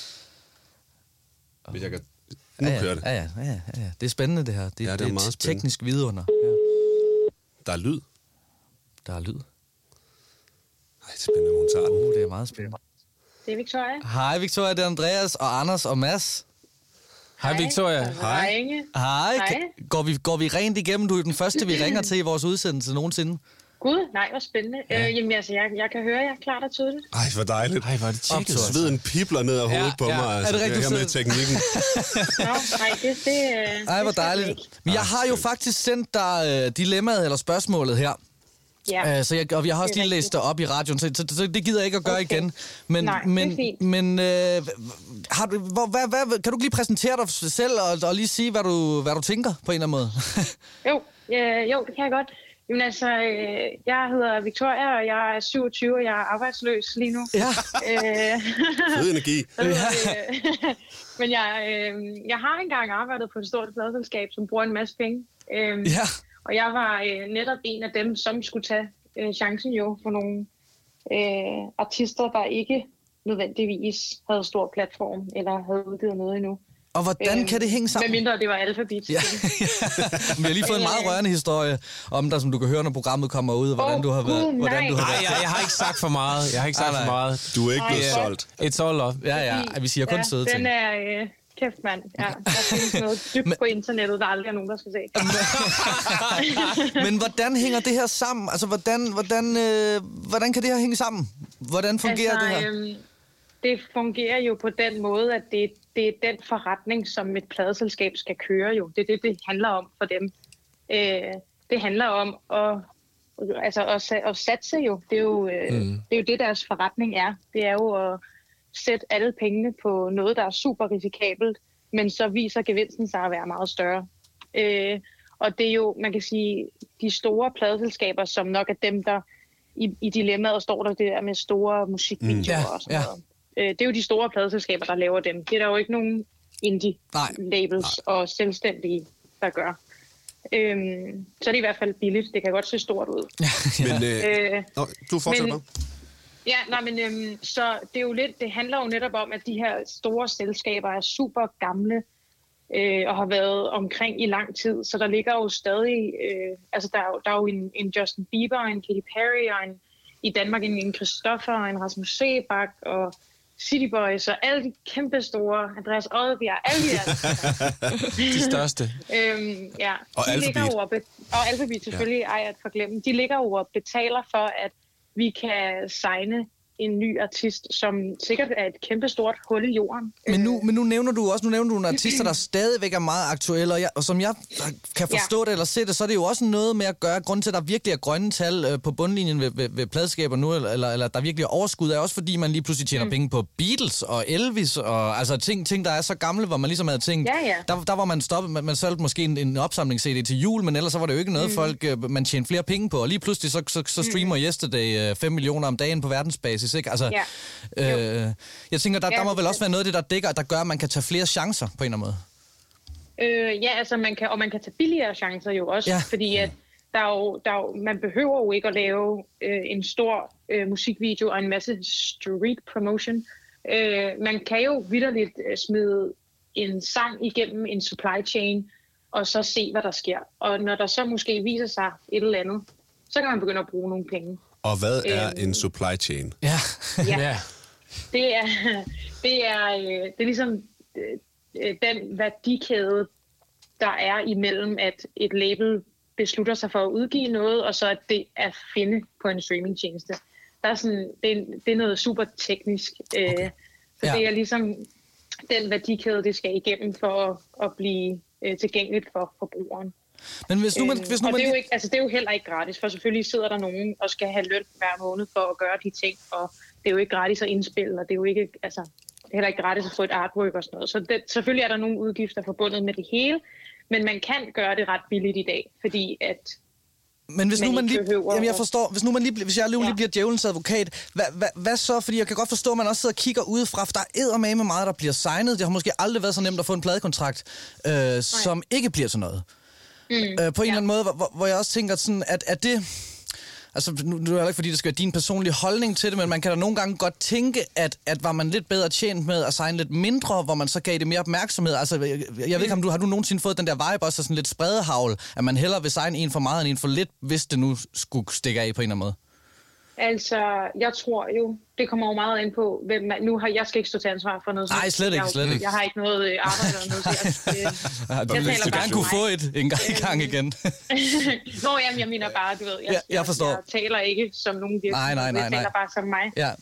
Hvis jeg kan... Nu kører det. Ja. Det er spændende, det her. Det er meget spændende. Teknisk vidunder. Ja. Der er lyd. Der er lyd. Ej, det er spændende, hun tager den. Det er meget spændende. Det er Victoria. Hej Victoria, det er Andreas og Anders og Mads. Hej Victoria. Hej. Går vi rent igennem? Du er den første, vi ringer til i vores udsendelse nogensinde. Gud, nej, hvor spændende. Ja. Jamen altså, jeg kan høre jer klart og tydeligt. Ej, hvor dejligt. Ej, hvor er det tjekket. Sveden pibler ned ad hovedet på mig. Altså. Er det rigtigt? Jeg med teknikken. Ej, hvor dejligt. Men jeg har jo faktisk sendt dig dilemmaet eller spørgsmålet her. Ja. Og jeg har også lige læst det op i radioen, så det gider jeg ikke at gøre igen. Men, nej, men, det er fint. Men har du, kan du lige præsentere dig selv og lige sige, hvad du tænker på en eller anden måde? Jo, det kan jeg godt. Jamen altså, jeg hedder Victoria, og jeg er 27, og jeg er arbejdsløs lige nu. Ja. Fed energi. Men jeg har engang arbejdet på et stort pladeselskab, som bruger en masse penge. Ja. Og jeg var netop en af dem, som skulle tage chancen jo for nogle artister, der ikke nødvendigvis havde stor platform, eller havde udgivet noget endnu. Og hvordan kan det hænge sammen? Med mindre det var Alphabet. Ja. Vi har lige fået en meget rørende historie om dig, som du kan høre, når programmet kommer ud, og hvordan du har været. Jeg har ikke sagt for meget. Du er ikke blevet solgt. It's all love. Ja. Vi siger kun søde ting. Den er... Kæft, mand. Ja, der findes noget dybt på internettet, der aldrig er nogen, der skal se. Men hvordan hænger det her sammen? Altså, hvordan kan det her hænge sammen? Hvordan fungerer det her? Det fungerer jo på den måde, at det er den forretning, som et pladeselskab skal køre jo. Det er det handler om for dem. Det handler om at satse jo. Det er jo det, deres forretning er. Det er jo at sætte alle pengene på noget, der er super risikabelt, men så viser gevinsten sig at være meget større. Og det er jo, man kan sige, de store pladeselskaber, som nok er dem, der i dilemmaet står der det der med store musikvideoer og sådan noget. Det er jo de store pladeselskaber, der laver dem. Det er der jo ikke nogen indie-labels og selvstændige, der gør. Så er det i hvert fald billigt. Det kan godt se stort ud. Men, du fortsætter. Ja, så det er jo det handler jo netop om, at de her store selskaber er super gamle og har været omkring i lang tid, så der ligger jo stadig, der er jo en Justin Bieber, en Katy Perry, og i Danmark en Christoffer, og en Rasmus Sebak, og City Boys, og alle de kæmpe store, Andreas Odbjerg, alle de der. De største. Og Alphabet. Og Alphabet selvfølgelig, ej at forglemme. De ligger jo og betaler for, at vi kan signe en ny artist, som sikkert er et kæmpestort hul i jorden. Men nu nævner du nogle artister, der stadigvæk er meget aktuelle, og som jeg kan forstå det eller se det, så er det jo også noget med at gøre, grund til, at der virkelig er grønne tal på bundlinjen ved pladeskaber nu, eller der virkelig er overskud, er også fordi, man lige pludselig tjener penge på Beatles og Elvis, og altså ting, der er så gamle, hvor man ligesom havde tænkt, der var man stoppet, man solgte måske en opsamlings-CD til jul, men ellers så var det jo ikke noget, man tjente flere penge på, og lige pludselig så streamer Yesterday 5 millioner om dagen på verdensbasis. Ikke? Altså, jeg tænker, der må vel også være noget af det, der gør, at man kan tage flere chancer på en eller anden måde. Man kan tage billigere chancer jo også, fordi at man behøver jo ikke at lave en stor musikvideo og en masse street promotion. Man kan jo vitterligt smide en sang igennem en supply chain, og så se, hvad der sker. Og når der så måske viser sig et eller andet, så kan man begynde at bruge nogle penge. Og hvad er en supply chain? Ja. Det er ligesom den værdikæde, der er imellem, at et label beslutter sig for at udgive noget, og så at det er at finde på en streamingtjeneste. Der er sådan, det er noget super teknisk. Så det er ligesom den værdikæde, det skal igennem for at blive tilgængeligt for forbrugeren. Men hvis nu man... det er jo ikke, altså, det er jo heller ikke gratis, for selvfølgelig sidder der nogen og skal have løn hver måned for at gøre de ting, og det er jo ikke gratis at indspille, og det er jo ikke, altså, det er heller ikke gratis at få et artwork og sådan noget. Så selvfølgelig er der nogle udgifter forbundet med det hele, men man kan gøre det ret billigt i dag, fordi at... Men hvis nu man lige, jamen jeg forstår, hvis jeg lige bliver djævelens advokat, hvad så? Fordi jeg kan godt forstå, at man også sidder og kigger udefra, for der er eddermame meget, der bliver signet. Det har måske aldrig været så nemt at få en pladekontrakt, som ikke bliver til noget. På en eller anden måde, hvor jeg også tænker sådan, at det... Altså, nu er det ikke, fordi det skal være din personlige holdning til det, men man kan da nogle gange godt tænke, at var man lidt bedre tjent med at signe lidt mindre, hvor man så gav det mere opmærksomhed. Altså, jeg ved ikke, har du nogensinde fået den der vibe, også sådan lidt spredehavl, at man hellere vil signe en for meget end en for lidt, hvis det nu skulle stikke af på en eller anden måde? Altså, jeg tror jo, det kommer jo meget ind på, hvem man... Nu har jeg skal ikke stå til ansvar for noget. Nej, slet ikke. Jeg har ikke noget arbejde eller noget. Du gerne kunne få en gang igen. Nå, jamen, jeg mener bare, du ved, jeg forstår. Jeg taler ikke som nogen virksomhed. Nej. Jeg taler bare som mig. Ja.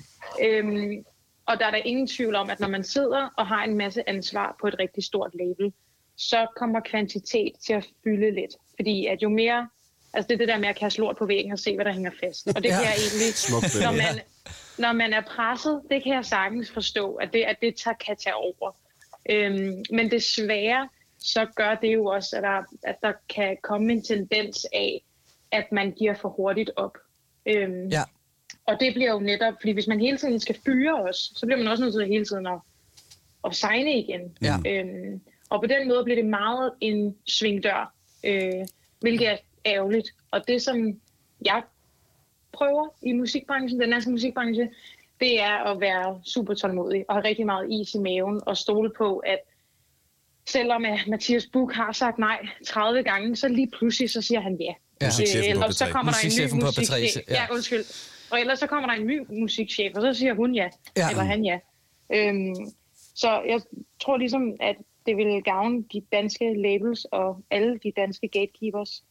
Og der er der ingen tvivl om, at når man sidder og har en masse ansvar på et rigtig stort label, så kommer kvantitet til at fylde lidt. Fordi at jo mere... Altså det er det der med at kaste lort på væggen og se, hvad der hænger fast. Og det kan jeg egentlig... Når man er presset, det kan jeg sagtens forstå, at det kan tage over. Men desværre, så gør det jo også, at der kan komme en tendens af, at man giver for hurtigt op. Og det bliver jo netop... Fordi hvis man hele tiden skal fyre os, så bliver man også nødt til hele tiden at signe igen. Ja. Og på den måde bliver det meget en svingdør, hvilket er ærgerligt. Og det, som jeg prøver i musikbranchen, den danske musikbranche, det er at være super tålmodig og have rigtig meget is i maven og stole på, at selvom Mathias Buch har sagt nej 30 gange, så lige pludselig så siger han ja. Eller så kommer der en ny musikchef. Ja, undskyld. Og ellers så kommer der en ny musikchef, og så siger hun ja. Eller han ja. Så jeg tror ligesom, at det vil gavne de danske labels og alle de danske gatekeepers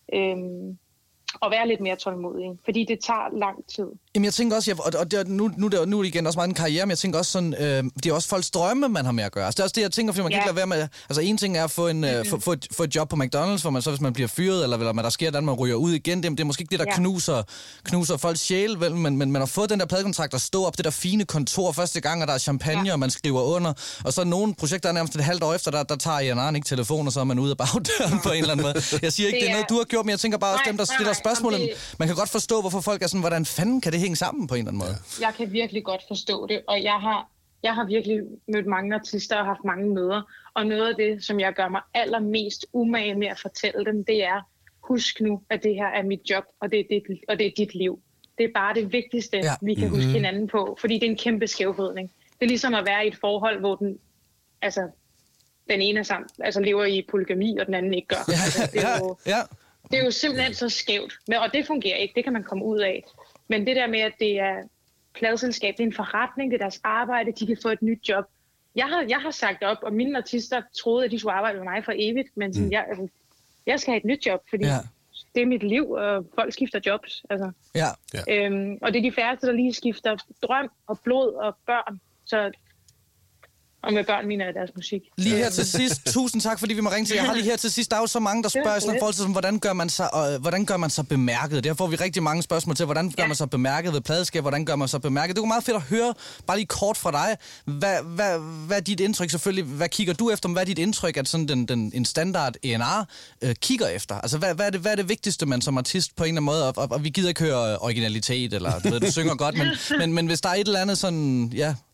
og være lidt mere tålmodige, fordi det tager lang tid. Jamen jeg tænker også, nu er det igen også meget en karriere, men jeg tænker også sådan, det er også folks drømme, man har med at gøre. Altså, det er også det, jeg tænker, fordi man kan ikke lade være med, altså en ting er at få et job på McDonald's, hvor man så, hvis man bliver fyret, eller der sker noget, man ryger ud igen, det er måske ikke det, der knuser folks sjæl, vel, men at få den der pladekontrakt og stå op det der fine kontor første gang, og der er champagne, og man skriver under, og så nogle projekter er nærmest et halvt år efter, der tager A&R'en ikke telefon, og så er man ude af bagdøren på en eller anden måde. Jeg siger ikke, det er noget, du har gjort, men jeg tænker bare også dem, der stiller spørgsmål. Man kan godt forstå, hvorfor folk er sådan, hvordan fanden kan det hænge sammen på en eller anden måde? Jeg kan virkelig godt forstå det, og jeg har virkelig mødt mange artister og haft mange møder, og noget af det, som jeg gør mig allermest umage med at fortælle dem, det er, husk nu, at det her er mit job, og det er dit liv. Det er bare det vigtigste, vi kan huske hinanden på, fordi det er en kæmpe skævvridning. Det er ligesom at være i et forhold, hvor den ene er sammen, altså lever i polygami, og den anden ikke gør. Det er jo simpelthen så skævt, og det fungerer ikke, det kan man komme ud af. Men det der med, at det er pladeselskab, det er en forretning, det er deres arbejde, de kan få et nyt job. Jeg har sagt op, og mine artister troede, at de skulle arbejde med mig for evigt, men sådan, jeg skal have et nyt job, fordi det er mit liv, og folk skifter jobs. Altså. Og det er de færreste, der lige skifter drøm og blod og børn. Så... Og med børn mener jeg deres musik. Lige her til sidst, tusind tak, fordi vi må ringe til. Jeg har lige her til sidst, der er jo så mange, der spørger sådan forhold til, hvordan gør man sig bemærket? Der får vi rigtig mange spørgsmål til, hvordan gør man sig bemærket ved pladeskab, hvordan gør man sig bemærket? Det er jo meget fedt at høre, bare lige kort fra dig. Hvad er dit indtryk selvfølgelig? Hvad kigger du efter? Hvad er dit indtryk, at sådan en standard A&R kigger efter? Altså, hvad er det vigtigste, man som artist på en eller anden måde, og vi gider ikke høre originalitet, eller du synger godt, men hvis der er et eller andet sådan,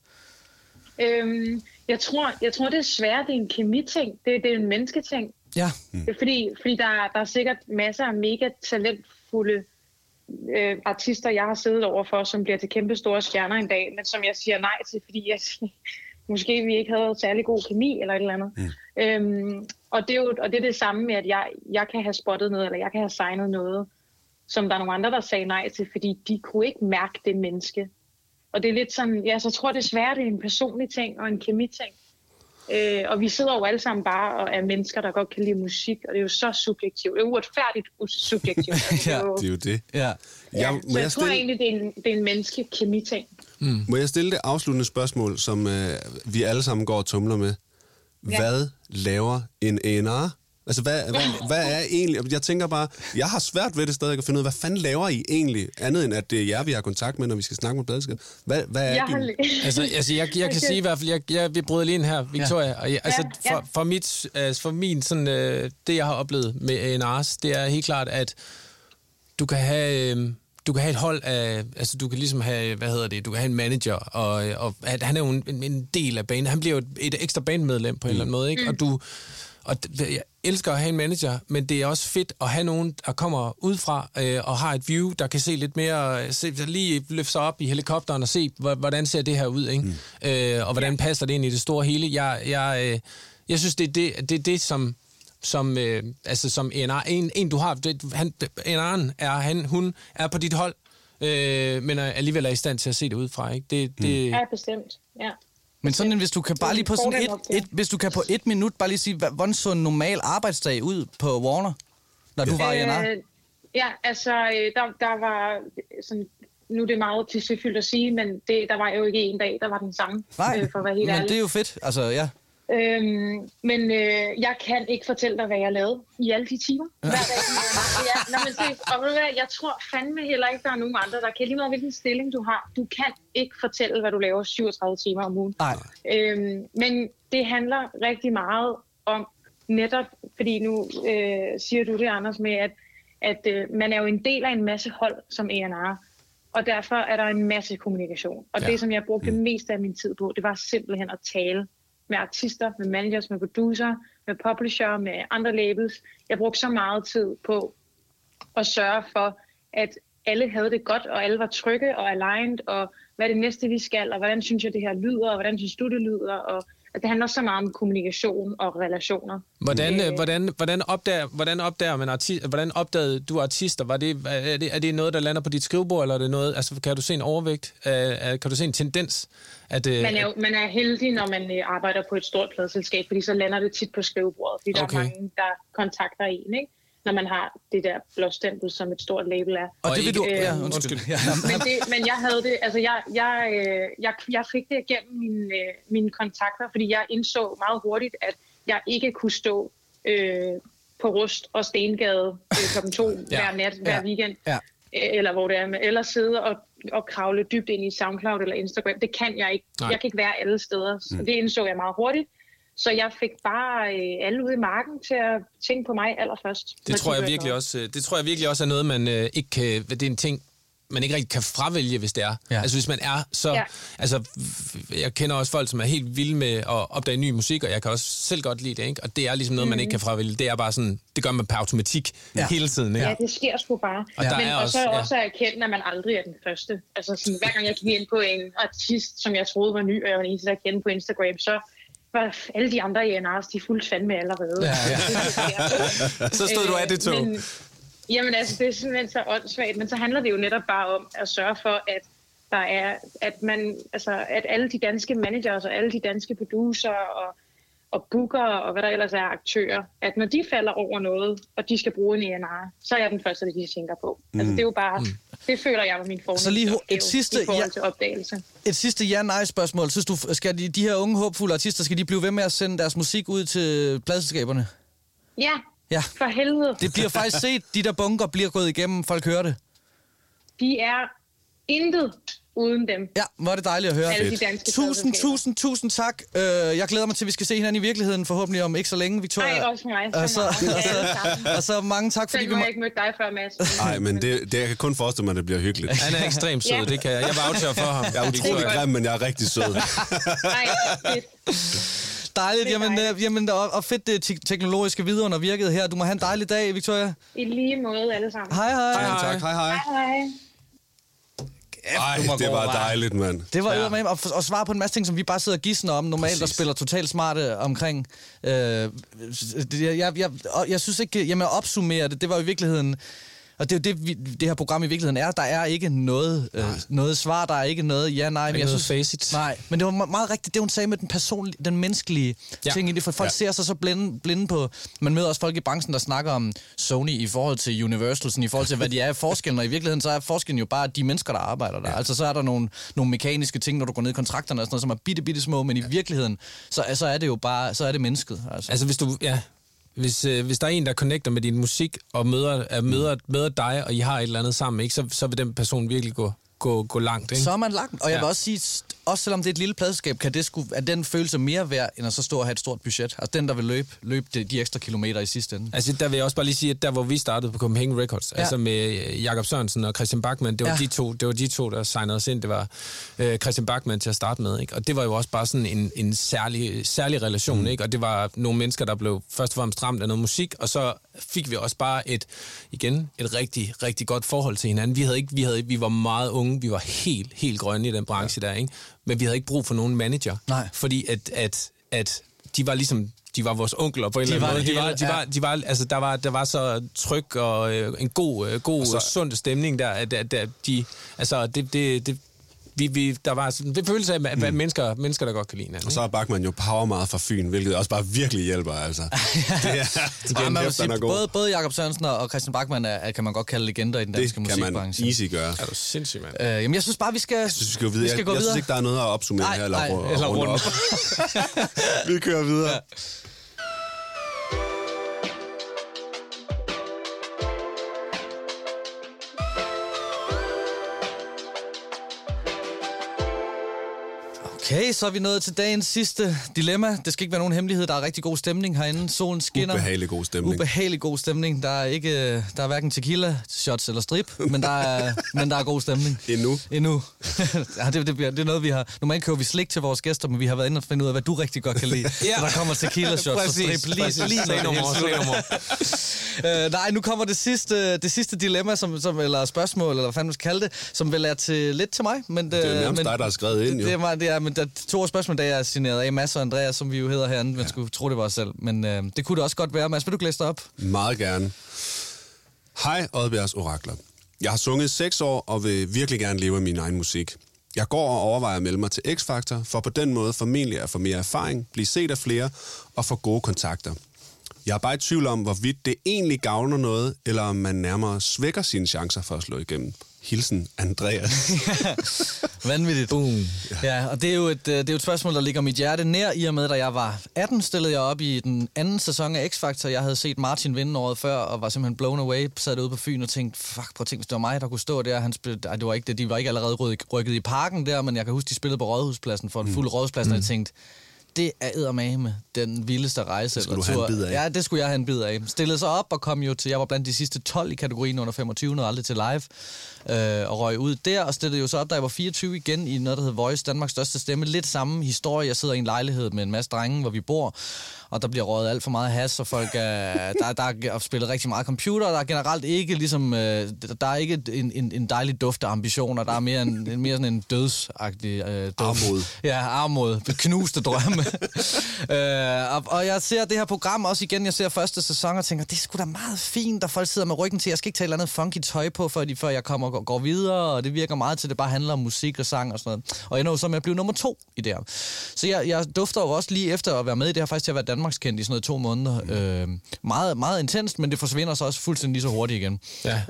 Jeg tror, det er svært. Det er en kemiting. Det er en mennesketing. Ja. Fordi der er sikkert masser af mega talentfulde artister, jeg har siddet overfor, som bliver til kæmpe store stjerner en dag, men som jeg siger nej til, fordi måske vi ikke havde særlig god kemi eller et eller andet. Og det er det samme med, at jeg kan have spottet noget, eller jeg kan have signet noget, som der er nogle andre, der sagde nej til, fordi de kunne ikke mærke det menneske. Og det er lidt sådan, så jeg tror desværre, det er en personlig ting og en kemi-ting. Og vi sidder jo alle sammen bare og er mennesker, der godt kan lide musik, og det er jo så subjektivt. Det er uretfærdigt subjektivt. Altså, det er jo det. Ja. Så jeg tror egentlig, det er en menneskelig kemi-ting. Må jeg stille det afsluttende spørgsmål, som vi alle sammen går og tumler med? Hvad laver en A&R? Altså, hvad er egentlig... Jeg tænker bare, jeg har svært ved det stadig at finde ud af, hvad fanden laver I egentlig? Andet end, at det er jer, vi har kontakt med, når vi skal snakke med pladselskab. Hvad er din... Altså, jeg kan sige i hvert fald, vi bryder lige ind her, Victoria. Og for min sådan, det jeg har oplevet med A&R's, det er helt klart, at du kan have et hold af, altså du kan ligesom have, du kan have en manager, og at han er jo en del af banen. Han bliver jo et ekstra bandmedlem på en eller anden måde, ikke? Og jeg elsker at have en manager, men det er også fedt at have nogen, der kommer udefra og har et view, der kan se lidt mere, lige løfte sig op i helikopteren og se, hvordan ser det her ud, ikke? Og hvordan passer det ind i det store hele. Jeg synes, det er det, som A&R, en du har, A&R'en er, hun er på dit hold, men alligevel er i stand til at se det udefra, ikke? Ja, bestemt, ja. Men sådan, hvis du kan bare lige på sådan hvis du kan på 1 minut bare lige sige, hvordan så en normal arbejdsdag ud på Warner, når du var i A&R? Ja, altså, der var sådan, nu er det meget klichéfyldt at sige, men der var jo ikke en dag, der var den samme. Nej, for at være helt men ærlig. det er jo fedt, altså, ja. Men jeg kan ikke fortælle dig, hvad jeg lavede i alle de timer. Hver dag. Jeg tror fandme heller ikke, der er nogen andre, der kan lige meget, hvilken stilling du har. Du kan ikke fortælle, hvad du laver 37 timer om ugen. Men det handler rigtig meget om netop, fordi nu siger du det, Anders, med, at man er jo en del af en masse hold som A&R, og derfor er der en masse kommunikation. Og det, som jeg brugte mest af min tid på, det var simpelthen at tale med artister, med managers, med producer, med publisher, med andre labels. Jeg brugte så meget tid på at sørge for, at alle havde det godt, og alle var trygge og aligned, og hvad er det næste, vi skal, og hvordan synes jeg, det her lyder, og hvordan synes du, det lyder, og at det handler så meget om kommunikation og relationer. Hvordan opdagede du artister? Er det noget, der lander på dit skrivebord, eller er det noget, altså kan du se en overvægt? Kan du se en tendens? Man er heldig, når man arbejder på et stort pladeselskab, fordi så lander det tit på skrivebordet, fordi der er mange, der kontakter en, ikke? Når man har det der blåstempel, som et stort label er. Og det vil du... undskyld. Men jeg havde det... Altså, jeg fik det igennem mine kontakter, fordi jeg indså meget hurtigt, at jeg ikke kunne stå på Rust og Stengade klokken 2 hver nat, hver weekend, eller hvor det er, eller sidde og kravle dybt ind i SoundCloud eller Instagram. Det kan jeg ikke. Jeg kan ikke være alle steder. Så det indså jeg meget hurtigt. Så jeg fik bare alle ude i marken til at tænke på mig allerførst. Det tror jeg virkelig også er noget, man ikke kan... Det er en ting, man ikke rigtig kan fravælge, hvis det er. Ja. Altså hvis man er så... Ja. Altså, jeg kender også folk, som er helt vilde med at opdage ny musik, og jeg kan også selv godt lide det, ikke? Og det er ligesom noget, man ikke kan fravælge. Det er bare sådan... Det gør man per automatik hele tiden, ikke? Ja, det sker sgu bare. Og så også at erkende, at man aldrig er den første. Altså sådan, hver gang jeg gik ind på en artist, som jeg troede var ny, og jeg var den eneste, der kendte på Instagram, så var alle de andre A&R's, de fulgte fandme allerede. Så stod du af det tog. Jamen altså, det er simpelthen så åndssvagt, men så handler det jo netop bare om at sørge for, at der er, at alle de danske managers og alle de danske producer og booker og hvad der ellers er aktører, at når de falder over noget, og de skal bruge en A&R, så er jeg den første, de tænker på. Altså det er jo bare, det føler jeg var min fornemmelse i forhold til opdagelse. Et sidste ja-nej-spørgsmål. Synes du, skal de her unge, håbfulde artister, skal de blive ved med at sende deres musik ud til pladeselskaberne? Ja, for helvede. Det bliver faktisk set, de der bunker bliver gået igennem, folk hører det. De er intet uden dem. Ja, hvor er det dejligt at høre. Alle de danske Tusind tak. Jeg glæder mig til, at vi skal se hinanden i virkeligheden, forhåbentlig om ikke så længe, Victoria. Nej, også mig. Og så mange tak, fordi vi må ikke møde dig før, Mads. Nej, men det jeg kan kun forestille mig, at det bliver hyggeligt. Han er ekstremt sød, det kan jeg. Jeg voucher for ham. Jeg er utrolig grim, men jeg er rigtig sød. Nej, fedt. Dejligt. Jamen, og fedt det teknologiske vidunder virkede her. Du må have en dejlig dag, Victoria. I lige måde alle sammen. Hej. Tak, hej. Ej, det var dejligt, mand. Det var med at svare på en masse ting, som vi bare sidder og gisner om normalt og spiller totalt smarte omkring. Jeg synes ikke, at opsummere det var i virkeligheden... Og det er jo det her program i virkeligheden er. Der er ikke noget svar, der er ikke noget ja, nej. Men jeg synes, facit. Nej, men det var meget rigtigt, det hun sagde med den menneskelige ting i det, for folk ser sig så blinde på. Man møder også folk i branchen, der snakker om Sony i forhold til Universal, sådan, i forhold til, hvad de er i forskellen, og i virkeligheden så er forskellen jo bare de mennesker, der arbejder der. Ja. Altså så er der nogle mekaniske ting, når du går ned i kontrakterne og sådan noget, som er bitte små, men i virkeligheden, så er det jo bare, så er det mennesket. Altså hvis der er en, der connecter med din musik, og møder dig, og I har et eller andet sammen, ikke, så vil den person virkelig gå langt, ikke? Så er man langt, og jeg vil også sige, også selvom det er et lille pladselskab, er den følelse mere værd, end at så stå og have et stort budget. Altså den, der vil løbe de ekstra kilometer i sidste ende. Altså der vil jeg også bare lige sige, at der hvor vi startede på Copenhagen Records, altså med Jakob Sørensen og Christian Bachmann, det var de to, der signede os ind. Det var Christian Bachmann til at starte med, ikke? Og det var jo også bare sådan en særlig relation, ikke? Og det var nogle mennesker, der blev først og fremmest ramt af noget musik, og så fik vi også bare et rigtig, rigtig godt forhold til hinanden. Vi var meget unge, vi var helt grønne i den branche der, ikke? Men vi havde ikke brug for nogen manager. Nej. Fordi at de var ligesom, de var vores onkler på en eller anden måde. De var, altså der var så tryg og en god og sund stemning der, at de, altså der var sådan en følelse af, at mennesker, der godt kan lide hinanden. Og så er Bachmann jo power meget fra Fyn, hvilket også bare virkelig hjælper, altså. Både Jakob Sørensen og Christian Bachmann kan man godt kalde legender i den danske musikbranche. Det kan man easy gøre. Er du sindssyg, mand? Jamen, jeg synes bare, vi skal gå videre. Jeg synes ikke, der er noget at opsummere her, eller runde op. Vi kører videre. Ja. Okay, så er vi nået til dagens sidste dilemma. Det skal ikke være nogen hemmelighed. Der er rigtig god stemning herinde. Solen skinner. Ubehagelig god stemning. Der er hverken tequila, shots eller strip, men der er god stemning. Endnu. Ja, det er noget, vi har... Normalt køber vi slik til vores gæster, men vi har været inde og finde ud af, hvad du rigtig godt kan lide. Ja. Så der kommer tequila, shots og strip. Lige nej, nu kommer det sidste dilemma, eller spørgsmål, eller hvad fanden man skal kalde det, som vel er lidt til mig. Men det er jo nærmest dig, der har skrevet ind, jo. Det er, men der er 2 spørgsmål, der er signeret af Mads og Andreas, som vi jo hedder herinde. Man skulle tro, det var os selv. Men det kunne det også godt være. Mads, vil du læse det op? Meget gerne. Hej, Oddbjergs Orakler. Jeg har sunget 6 år og vil virkelig gerne leve af min egen musik. Jeg går og overvejer at melde mig til X-Factor, for på den måde formentlig at få mere erfaring, blive set af flere og få gode kontakter. Jeg er bare i tvivl om, hvorvidt det egentlig gavner noget, eller om man nærmere svækker sine chancer for at slå igennem. Hilsen, Andreas. Vanvittigt. Boom. Ja, og det er jo et spørgsmål, der ligger mit hjerte nær, i og med, da jeg var 18, stillede jeg op i den anden sæson af X-Factor. Jeg havde set Martin vinde året før, og var simpelthen blown away, sad ude på Fyn og tænkte, fuck, prøv at tænke, hvis det var mig, der kunne stå der. Det var ikke det, de var ikke allerede rykket i parken der, men jeg kan huske, de spillede på Rådhuspladsen for en fuld Rådhusplads, og jeg tænkte, det er eddermame den vildeste rejse. Skulle du have en bid af? Ja, det skulle jeg have en bid af. Stillede sig op og kom jo til, jeg var blandt de sidste 12 i kategorien under 25, nåede aldrig til live, og røg ud der, og stillede jo så op, da jeg var 24 igen i noget, der hedder Voice, Danmarks største stemme. Lidt samme historie. Jeg sidder i en lejlighed med en masse drenge, hvor vi bor, og der bliver røget alt for meget has, og folk der er spillet rigtig meget computer, og der er generelt ikke ligesom, der er ikke en dejlig duft af ambitioner, der er mere sådan en dødsagtig duft. Armod. Ja, armod. Knuste drømme. Og jeg ser det her program også igen, jeg ser første sæson og tænker, det er sgu da meget fint, at folk sidder med ryggen til, jeg skal ikke tage et eller andet funky tøj på, før jeg kommer og går videre, og det virker meget til, at det bare handler om musik og sang og sådan noget. Og jeg ender jo så med at blive nummer 2 i det her. Så jeg dufter jo også lige efter at være med i det her, faktisk til at være Danmarkskendt i sådan noget 2 måneder. Meget, meget intenst, men det forsvinder så også fuldstændig lige så hurtigt igen. Ja.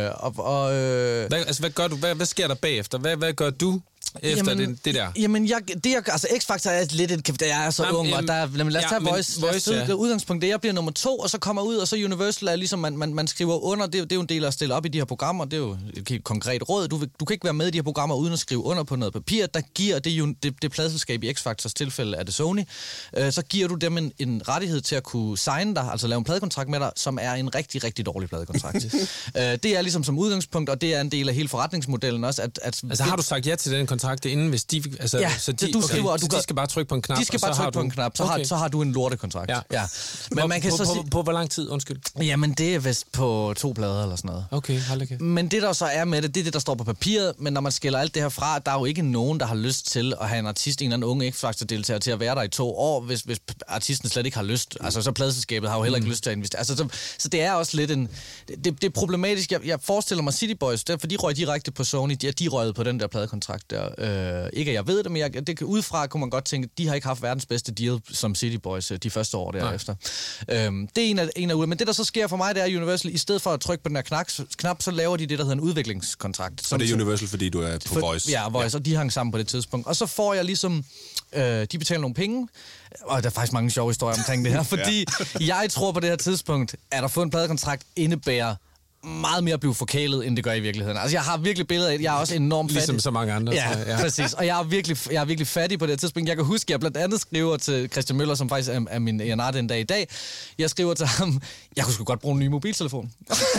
Hvad gør du? Hvad sker der bagefter? Hvad gør du? Efter det der? Jamen, altså X-Factor er lidt jeg er så ung, og der lad os tage Voice. Ja. Udgangspunkt, det jeg bliver nummer 2, og så kommer ud, og så Universal er ligesom, man skriver under, det er jo en del at stille op i de her programmer, det er jo et helt konkret råd. Du kan ikke være med i de her programmer, uden at skrive under på noget papir, der giver, det er jo det pladselskab i X-Factors tilfælde, er det Sony, så giver du dem en rettighed til at kunne signe dig, altså lave en pladekontrakt med dig, som er en rigtig, rigtig dårlig pladekontrakt. Det er ligesom som udgangspunkt, og det er en del af hele forretningsmodellen også, altså har du sagt ja til den kontrakt? kontakte inden, hvis de... Altså, Ja, så de, du skriver, okay, de skal bare trykke på en knap. De skal bare trykke på en knap, så har du en lortekontrakt. Ja. Men man kan på hvor lang tid, undskyld? Jamen, det er vist på 2 plader eller sådan noget. Okay, hold da. Men det, der så er med det, det er det, der står på papiret, men når man skiller alt det her fra, der er jo ikke nogen, der har lyst til at have en artist, en eller anden unge X-Factor-deltager til at være der i 2 år, hvis artisten slet ikke har lyst. Altså, så pladeselskabet har jo heller ikke lyst til at investere. Altså, så det er også lidt en... Det er problematisk. Jeg forestiller mig City Boys, for de røg direkte på Sony, de røgede på den der pladekontrakt der. Ikke at jeg ved det, men udefra kunne man godt tænke, de har ikke haft verdens bedste deal som City Boys de første år derefter. Det er en af ude. Men det, der så sker for mig, det er Universal, i stedet for at trykke på den her knap, så laver de det, der hedder en udviklingskontrakt. Og det er Universal, fordi du er på Voice. Ja, Voice, og de hang sammen på det tidspunkt. Og så får jeg ligesom... de betaler nogle penge, og der er faktisk mange sjove historier omkring det her, fordi jeg tror på det her tidspunkt, at at få en pladekontrakt indebærer meget mere at blive forkælet, end det gør i virkeligheden. Altså, jeg har virkelig billeder af, jeg er også enormt fattig. Ligesom så mange andre. Ja, præcis. Og jeg er virkelig fattig på det her tidspunkt. Jeg kan huske, at jeg blandt andet skriver til Christian Møller, som faktisk er min A&R den dag i dag. Jeg skriver til ham, jeg kunne sgu godt bruge en ny mobiltelefon.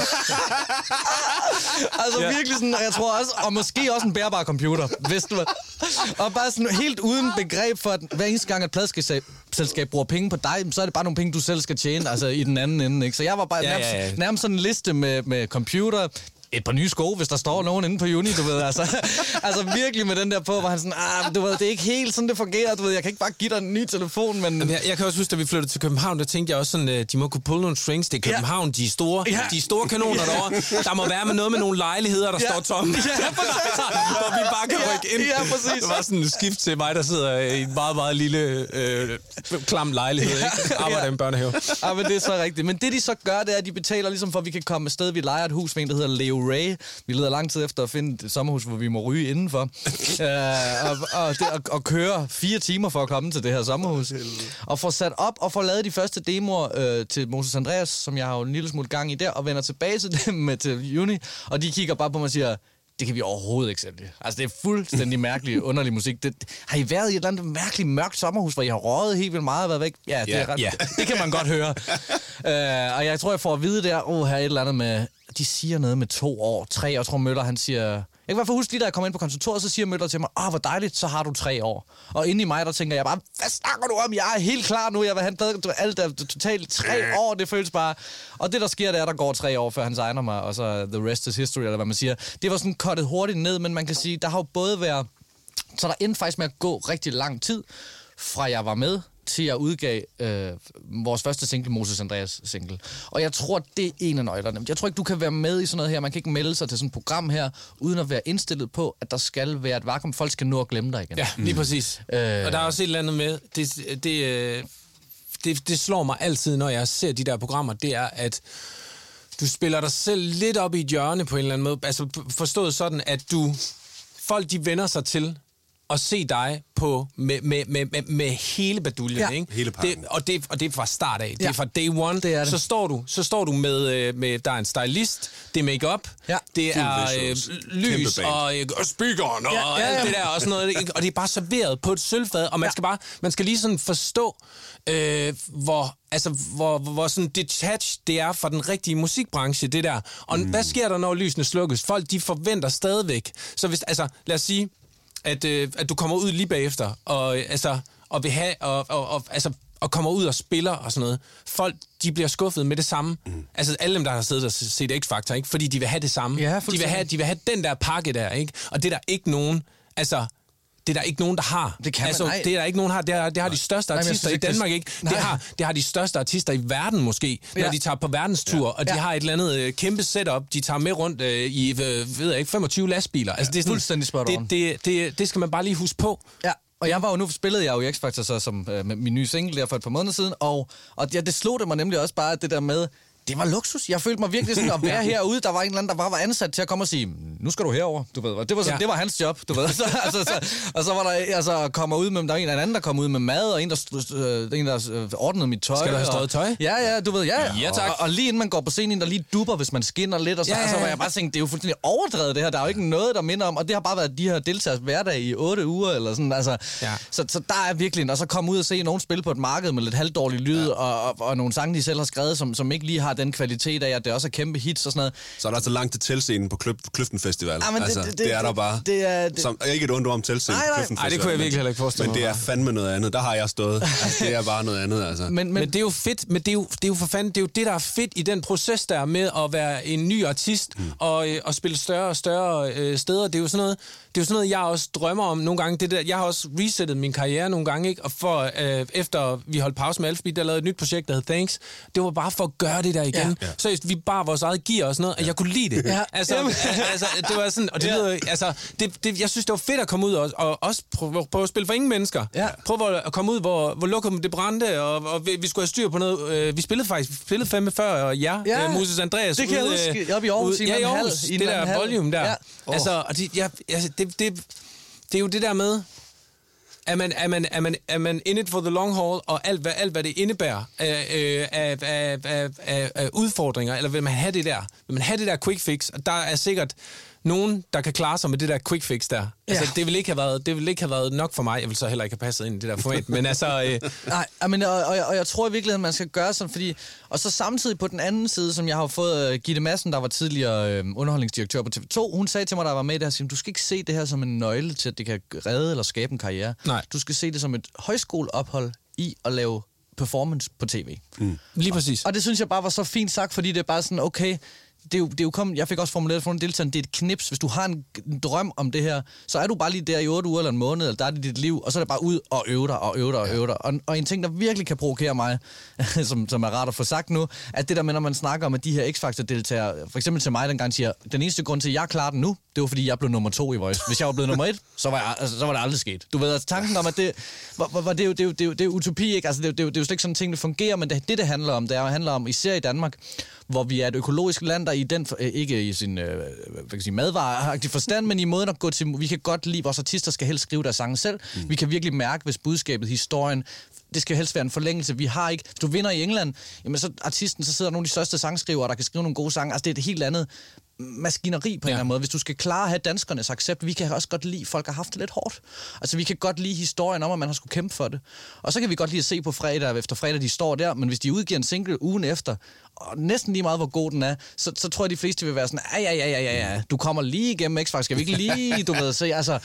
Altså virkelig sådan, og jeg tror også, og måske også en bærbar computer, hvis du var. Og bare sådan helt uden begreb for, at hver eneste gang, at pladeselskab bruger penge på dig, så er det bare nogle penge, du selv skal tjene, altså i den anden ende, ikke? Så jeg var bare nærmest sådan en liste med computer, et par nye sko, hvis der står nogen inde på uni, du ved, altså. Altså virkelig med den der på, hvor han sådan, du ved, det er ikke helt sådan, det fungerer, du ved, jeg kan ikke bare give dig en ny telefon, men... Jeg kan også huske, da vi flyttede til København, der tænkte jeg også sådan, de må kunne pulle nogle strings, det er København, de er store kanoner derovre. Der må være med noget med nogle lejligheder, der står tomme. Ja, hvor vi bare kan rykke ind. Ja, præcis. Det var sådan et skift til mig, der sidder i en meget, meget lille, klam lejlighed, ikke? Arbejder i en børnehave. Ja, men det er så rigtigt. Men det, de så gør, det er, at de betaler ligesom for, at vi kan komme afsted. Vi lejer et hus med en, der hedder Leo Ray. Vi leder lang tid efter at finde et sommerhus, hvor vi må ryge indenfor. Og køre 4 timer for at komme til det her sommerhus. Og få sat op og få lavet de første demoer til Moses Andreas, som jeg har jo en lille smule gang i der, og vender tilbage til dem til uni. Og de kigger bare på mig og siger, det kan vi overhovedet ikke sælge. Altså, det er fuldstændig mærkelig, underlig musik. Har I været i et eller andet mærkeligt mørkt sommerhus, hvor I har røget helt vildt meget og været væk? Ja, det kan man godt høre. Og jeg tror, jeg får at vide der, her et eller andet med... De siger noget med 2 år, 3 år. Jeg tror, Møller, han siger... Jeg kan i hvert fald huske lige, da jeg kom ind på kontoret, så siger Møller til mig, hvor dejligt, så har du 3 år. Og inde i mig, der tænker jeg bare, hvad snakker du om? Jeg er helt klar nu, jeg vil have en plade. Alt er totalt 3 år, det føles bare... Og det, der sker, det er, der går 3 år, før han signer mig, og så the rest is history, eller hvad man siger. Det var sådan cuttet hurtigt ned, men man kan sige, der har jo både været... Så der endte faktisk med at gå rigtig lang tid, fra jeg var med, til jeg udgav vores første single, Moses Andreas single. Og jeg tror, det er en af nøglerne. Jeg tror ikke, du kan være med i sådan noget her. Man kan ikke melde sig til sådan et program her, uden at være indstillet på, at der skal være et vakuum. Folk skal nå at glemme dig igen. Ja, lige præcis. Og der er også et eller andet med, det slår mig altid, når jeg ser de der programmer, det er, at du spiller dig selv lidt op i et hjørne på en eller anden måde. Altså forstået sådan, at folk de vender sig til at se dig på med hele baduljen, ikke? Hele pakken. Og det er fra start af. Det er fra day one. Det er det. Så står du med der er en stylist, det er make-up, det er lys og speakeren og alt det der og sådan noget, og det er bare serveret på et sølvfad, og man skal lige sådan forstå hvor sådan detached det er fra den rigtige musikbranche, det der. Og hvad sker der, når lysene slukkes? Folk, de forventer stadigvæk. Så hvis, lad os sige, at du kommer ud lige bagefter, og vil have, og kommer ud og spiller og sådan noget. Folk, de bliver skuffet med det samme. Altså alle dem, der har siddet og set X-Factor, ikke? Fordi de vil have det samme. Ja, de vil have den der pakke der, ikke? Og det er der ikke nogen, det er der ikke nogen, der har. Det kan man, det er der ikke nogen, der har. Det har de største artister i Danmark, ikke? Det har de største artister i verden, måske, når de tager på verdenstur, og de har et eller andet kæmpe setup, de tager med rundt i, 25 lastbiler. Altså, det er sådan, fuldstændig spot on. Det skal man bare lige huske på. Ja. Og nu spillede jeg jo i X-Factor så som med min nye single der for et par måneder siden, og det slog det mig nemlig også bare, det der med, det var luksus. Jeg følte mig virkelig sådan at være herude. Der var en eller anden, der bare var ansat til at komme og sige, nu skal du herover. Du ved, det var hans job, du ved. Og så var der kommer ud med, der er en anden, der kom ud med mad, og en der ordnede mit tøj. Skal du have strøget tøj? Ja, du ved, ja tak. Og lige inden man går på scenen, der lige dupper, hvis man skinner lidt, og så var jeg bare tænkt, det er jo fuldstændig overdrevet det her. Der er jo ikke noget, der minder om, og det har bare været de her deltagers hverdag i 8 uger, eller sådan, altså. Ja. Så der er virkelig, og så komme ud og se nogen spille på et marked med lidt halvdårlig lyd, og nogle sange, de selv har skrevet, som ikke lige har den kvalitet af, at det også er kæmpe hits og sådan noget. Så er der altså langt til telscenen på Kløften Festival. Ja, altså, det er der bare. Som, ikke et ondt ord om Telsing. Nej, det kunne jeg virkelig heller ikke forestille mig. Men det er fandme noget andet. Der har jeg stået. Altså, det er bare noget andet, altså. Men det er jo fedt, men det er jo for fanden, det er jo det, der er fedt i den proces, der er med at være en ny artist og spille større og større steder. Det er jo sådan noget, jeg også drømmer om nogle gange. Det der, jeg har også resettet min karriere nogle gange, ikke? Og efter vi holdt pause med Alphabet, der lavede et nyt projekt, der hed Thanks. Det var bare for at gøre det der igen. Ja. Så vi bare vores eget gear og sådan noget, og jeg kunne lide det. Ja. Altså, det var sådan, og det lyder, altså, jeg synes, det var fedt at komme ud og også prøve at spille for ingen mennesker. Ja. Prøve at komme ud, hvor lokum det brændte, og vi skulle have styr på noget. Vi spillede fandme før jer, Moses Andreas. Det kan jeg huske, oppe i Aarhus, i Aarhus, det der volume der. Ja. Altså, og det er jo det der med, er man in it for the long haul, og alt hvad det indebærer af udfordringer, eller vil man have det der? Vil man have det der quick fix? Og der er sikkert nogen, der kan klare sig med det der quick fix der. Altså, det vil ikke have været nok for mig. Jeg vil så heller ikke have passet ind i det der format, men altså... Nej, men, og jeg tror i virkeligheden, man skal gøre sådan, fordi... Og så samtidig på den anden side, som jeg har fået Gitte Madsen, der var tidligere underholdningsdirektør på TV2, hun sagde til mig, der var med der, siger, du skal ikke se det her som en nøgle til, at det kan redde eller skabe en karriere. Nej. Du skal se det som et højskoleophold i at lave performance på tv. Lige præcis. Og det synes jeg bare var så fint sagt, fordi det er bare sådan, okay... Det er jo kommet, jeg fik også formuleret for en deltager, det er et knips. Hvis du har en drøm om det her, så er du bare lige der i 8 uger eller en måned, eller der er det dit liv, og så er det bare ud og øve dig, og øve dig, og øve dig. Og en ting, der virkelig kan provokere mig, som er rart at få sagt nu, at det der med, når man snakker om, at de her X-Factor-deltagere, for eksempel til mig dengang, siger, den eneste grund til, at jeg klarer den nu, det var, fordi jeg blev nummer 2 i Voice. Hvis jeg var blevet nummer 1, så var det aldrig sket. Du ved, altså tanken om, at det er utopi, ikke? Altså, det er jo slet ikke sådan ting, det fungerer, men det handler om, det handler om, især i Danmark, hvor vi er et økologisk land, der i den, ikke i sin madvareagtige forstand, men i måden at gå til, vi kan godt lide, vores artister skal helst skrive deres sange selv. Vi kan virkelig mærke, hvis budskabet, historien, det skal helst være en forlængelse. Vi har ikke, hvis du vinder i England, jamen så artisten, så sidder nogle af de største sangskrivere, der kan skrive nogle gode sange. Altså det er et helt andet maskineri på en eller anden måde. Hvis du skal klare at have danskernes accept, vi kan også godt lide, folk har haft det lidt hårdt. Altså vi kan godt lide historien om, at man har skulle kæmpe for det. Og så kan vi godt lide at se på fredag, efter fredag, de står der, men hvis de udgiver en single ugen efter, og næsten lige meget, hvor god den er, så tror jeg, de fleste vil være sådan, ja, du kommer lige igennem X-Factor, skal vi ikke lige, du ved, se, altså,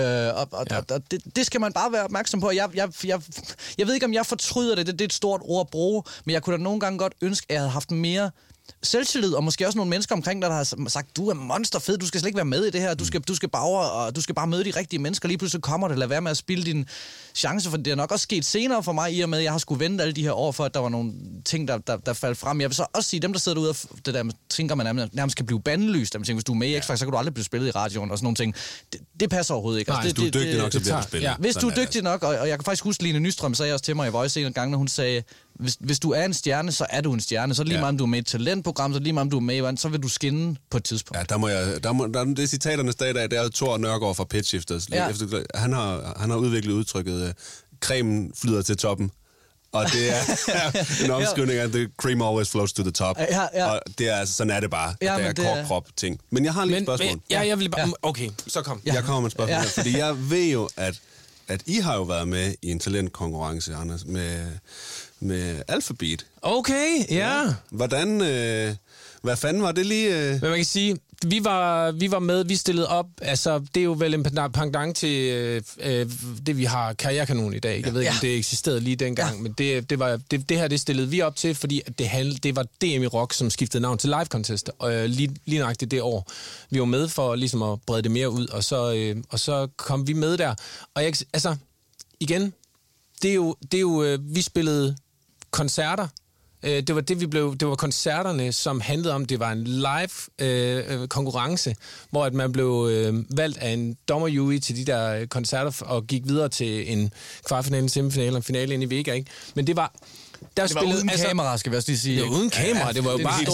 det skal man bare være opmærksom på. Jeg ved ikke, om jeg fortryder det, det er et stort ord at bruge, men jeg kunne da nogle gange godt ønske, at jeg havde haft mere selvtillid, og måske også nogle mennesker omkring dig, der har sagt, du er monsterfed, du skal slet ikke være med i det her, du skal bare møde de rigtige mennesker, lige pludselig kommer det, lad være med at spille din chance, for det er nok også sket senere for mig, i og med, at jeg har skulle vente alle de her år, for at der var nogle ting, der faldt frem. Jeg vil så også sige, dem der sidder derude, og det der, tænker man nærmest kan blive bandlyst, hvis du er med i X-Factor, så kan du aldrig blive spillet i radioen, og sådan nogle ting. Det passer overhovedet ikke. Nej, hvis du er dygtig nok, så bliver du spillet. Hvis du er dygtig nok, og jeg kan faktisk huske, Line Nystrøm sagde også til mig i Voice en gang, når hun sagde, hvis du er en stjerne, så er du en stjerne. Så er det lige meget, om du er med i et talentprogram, så er det lige meget, om du er med i så vil du skinne på et tidspunkt. Ja, der er citaternes dag i dag, det er Thor Nørgaard fra Pitchhifters. Ja. Han har udviklet udtrykket, cremen flyder til toppen. Og det er en omskrivning af, the cream always flows to the top. Ja. Og det er, sådan er det bare. Ja, det er krop-ting. Men jeg har lige et spørgsmål. Jeg vil bare... Okay, så kom. Jeg kommer med et spørgsmål her, fordi jeg ved jo, at I har jo været med i en talentkonkurrence, Anders, med Alphabet. Okay, ja. Hvordan... hvad fanden var det lige? Hvad man kan sige, vi var med, vi stillede op, altså det er jo vel en pendant til det, vi har Karrierekanon i dag. Jeg ved ikke, om det eksisterede lige dengang, men det her, det stillede vi op til, fordi det var DM i Rock, som skiftede navn til Live Contest, og lige nøjagtigt det år. Vi var med for ligesom at brede det mere ud, og så kom vi med der. Og altså, igen, det er jo vi spillede koncerter. Det var koncerterne, som handlede om, det var en live konkurrence, hvor at man blev valgt af en dommerjury til de der koncerter og gik videre til en kvartfinale, en semifinale og en finale ind i Vega, ikke? Men det var uden kamera, skal vi også lige sige. Det var uden kamera, det var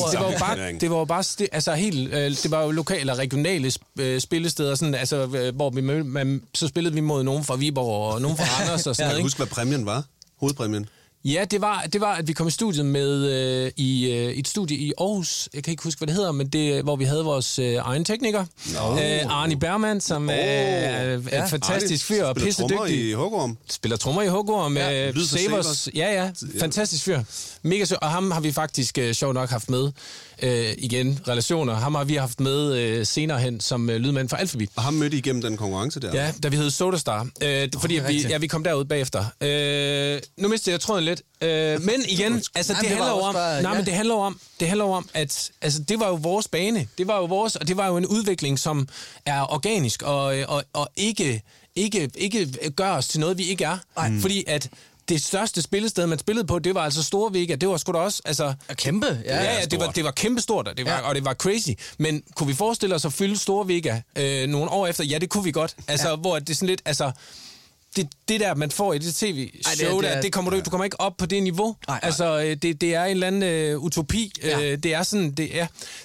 jo bare altså helt, det var jo lokale eller regionale spillesteder, sådan, altså, hvor så spillede vi mod nogen fra Viborg og nogen fra Randers og sådan noget. Kan du huske, hvad præmien var? Hovedpræmien? Ja, det var, at vi kom i studiet med i et studie i Aarhus. Jeg kan ikke huske, hvad det hedder, men det hvor vi havde vores egen tekniker. Arne Bergman, som er en fantastisk fyr og pissedygtig. Spiller trommer i Hugorm. Savers. Ja, fantastisk fyr. Mega sød. Og ham har vi faktisk sjovt nok haft med igen, relationer. Ham har vi haft med senere hen som lydmand for Alphabet. Og ham mødte I igennem den konkurrence der? Ja, da vi hed Sodastar. Fordi vi kom derud bagefter. Nu mistede jeg tråden lidt. Men igen, altså det handler om, at altså, det var jo vores bane. Det var jo vores, og det var jo en udvikling, som er organisk og ikke gør os til noget, vi ikke er. Fordi at det største spillested, man spillede på, det var altså Storvega. Det var sgu da også, altså... Kæmpe, ja det var kæmpestort, og det var crazy. Men kunne vi forestille os at fylde Storvega nogle år efter? Ja, det kunne vi godt. Altså, hvor det er sådan lidt, altså... Det der, man får i det tv-show, det kommer du kommer ikke op på det niveau. Nej. Altså, det er en eller anden utopi. Ja. Det er sådan, det er.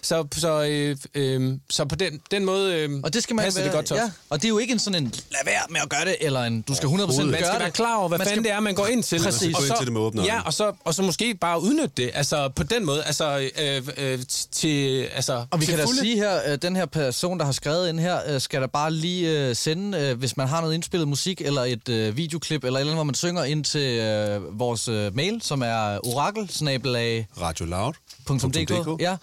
Så på den måde og det skal man passer det godt til os. Og det er jo ikke sådan en, lad være med at gøre det, eller en, du skal 100% gøre det. Man skal være klar over, hvad fanden det er, man går ind til. Præcis. Og så måske bare udnytte det. Altså, på den måde. Altså, og vi kan da sige her, den her person, der har skrevet ind her, skal der bare lige sende, hvis man har noget indspillet musik, eller et videoklip, eller et eller andet, hvor man synger ind til vores mail, som er orakel@radioloud.dk. Ja,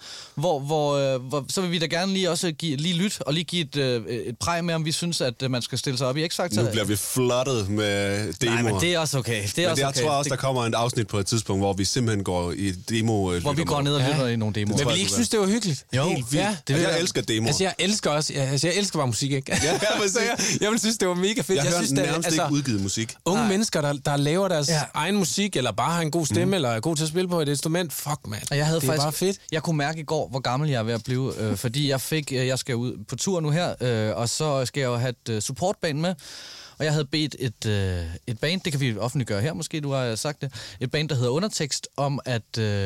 hvor så vil vi da gerne lige også lige lytte og lige give et præg med, om vi synes, at man skal stille sig op i X-Factor. Nu bliver vi flottet med demoer. Nej, men det er også okay. Jeg tror også, der kommer et afsnit på et tidspunkt, hvor vi simpelthen går i demo. Hvor vi går ned og lytter i nogle demoer. Men vil I ikke synes, det var hyggeligt? Jo, helt vildt. Ja, jeg elsker demoer. Altså, jeg elsker også, jeg elsker bare musik, ikke? Ja, jeg vil synes, det var mega fedt. Jeg synes, nærmest ikke udgivet musik. Unge mennesker, der laver deres egen musik, eller bare har en god stemme, eller er god til at spille på et instrument. Fuck, man. Det er bare fedt. Jeg kunne mærke i går, hvor gammel jeg er ved at blive, fordi jeg skal ud på tur nu her, og så skal jeg jo have et supportband med. Og jeg havde bedt et band, det kan vi offentliggøre her måske, du har sagt det, et band, der hedder Undertekst, om at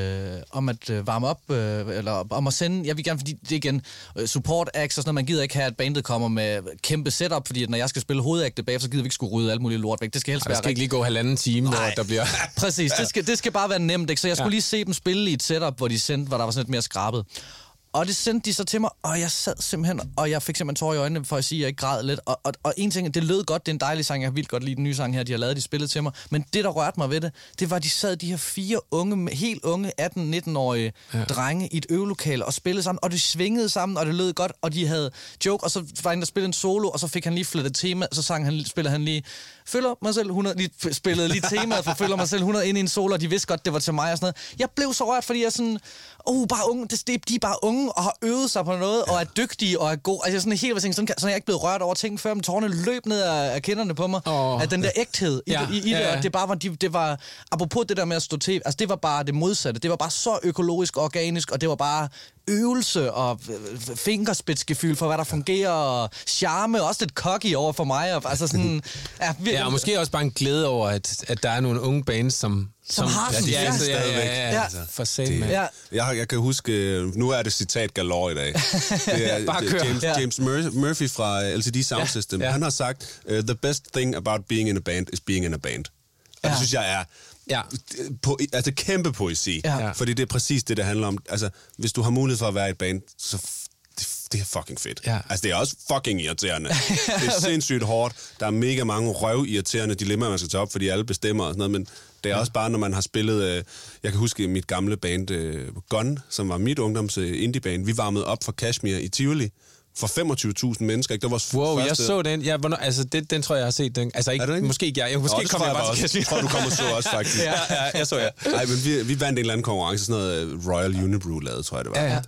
varme op, eller om at sende, jeg vil gerne, fordi det igen, support acts og sådan noget, man gider ikke have, at bandet kommer med kæmpe setup, fordi når jeg skal spille hovedaktet bagefter, så gider vi ikke skulle rydde alt muligt lort væk. Det skal helst være det skal ikke lige gå 1,5 time, hvor der bliver... Præcis, det skal bare være nemt, ikke? Så jeg skulle lige se dem spille i et setup, hvor de sendte, hvor der var sådan lidt mere skrabet. Og det sendte de så til mig, og jeg sad simpelthen, og jeg fik simpelthen tårer i øjnene, for at sige, at jeg ikke græd lidt. Og en ting, det lød godt, det er en dejlig sang, jeg har vildt godt lide den nye sang her, de har lavet, de spillede til mig. Men det, der rørte mig ved det var, at de sad de her 4 unge, helt unge, 18-19-årige drenge i et øvelokale og spillede sammen, og de svingede sammen, og det lød godt, og de havde joke, og så var en, der spillede en solo, og så fik han lige flettet tema, så spillede han lige, følger mig selv 100, spillede lige temaet for følger mig selv 100 ind i en solo, og de vidste godt, det var til mig og sådan noget. Jeg blev så rørt, fordi jeg sådan, bare unge, de er bare unge og har øvet sig på noget, og er dygtige og er gode. Altså sådan helt sådan er jeg ikke blevet rørt over ting før, men tårerne løb ned af kinderne på mig. At den der ægthed i det, og det bare var, det var, apropos det der med at stå til, altså det var bare det modsatte. Det var bare så økologisk og organisk, og det var bare øvelse og fingerspidsgefühl for, hvad der fungerer, og charme, også lidt cocky over for mig. Og, altså sådan, og måske også bare en glæde over, at der er nogle unge bands, som har sådan for satan, mand. Jeg kan huske, nu er det citat galore i dag. Det er James Murphy fra LCD Sound System. Han har sagt, the best thing about being in a band is being in a band. Og det synes jeg er altså kæmpe poesi. Fordi det er præcis det handler om. Altså, hvis du har mulighed for at være i et band, så det er fucking fedt. Altså, det er også fucking irriterende. Det er sindssygt hårdt. Der er mega mange røvirriterende dilemmaer, man skal tage op, fordi alle bestemmer og sådan noget, men det er også bare, når man har spillet... jeg kan huske mit gamle band, Gun, som var mit ungdoms indie-band. Vi varmede op for Kashmir i Tivoli for 25.000 mennesker. Ikke? Det var wow, første... jeg så den. Ja, altså, den tror jeg har set. Den. Altså, ikke, måske ikke jeg. Måske kommer jeg bare til Kashmir. Jeg tror, du kommer så også, faktisk. jeg så. Nej, men vi vandt en eller anden konkurrence, sådan noget Royal Unibrew lavede, tror jeg, det var. Ja.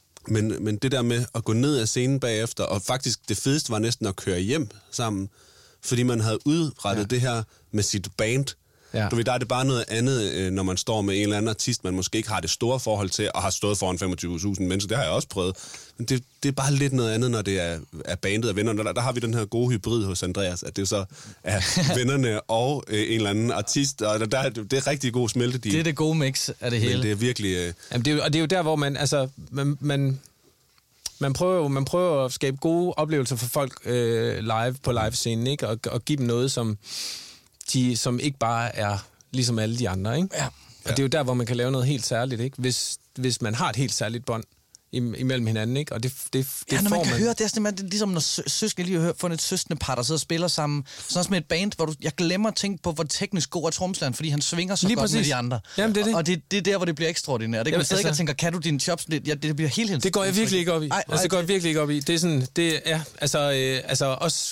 Men det der med at gå ned af scenen bagefter, og faktisk det fedeste var næsten at køre hjem sammen, fordi man havde udrettet det her med sit band. Du ved, der er det bare noget andet, når man står med en eller anden artist, man måske ikke har det store forhold til, og har stået foran 25.000 mennesker. Det har jeg også prøvet. Men det er bare lidt noget andet, når det er bandet og vennerne. Der har vi den her gode hybrid hos Andreas, at det så er vennerne og en eller anden artist, og det er rigtig god smeltedeal. Det er det gode mix af det hele. Men det er virkelig... Jamen, det er jo der, hvor man... Altså, man prøver at skabe gode oplevelser for folk live på livescenen, ikke? Og give dem noget, som ikke bare er ligesom alle de andre, ikke? Ja. Og det er jo der, hvor man kan lave noget helt særligt, ikke? Hvis man har et helt særligt bånd imellem hinanden, ikke? Og det ja, når får man kan høre, det er simpelthen ligesom, når søskende lige har fundet et søskende par, der sidder og spiller sammen. Sådan også med et band, hvor jeg glemmer at tænke på, hvor teknisk god er tromslæren, fordi han svinger så lige godt præcis med de andre. Jamen, det er det. Og det er der, hvor det bliver ekstraordinært. Det kan man stadig ikke tænke, kan du dine chops? Det bliver helt helt... Det går jeg virkelig ikke op i. Det går jeg virkelig ikke op i. Det er sådan, det er, altså også,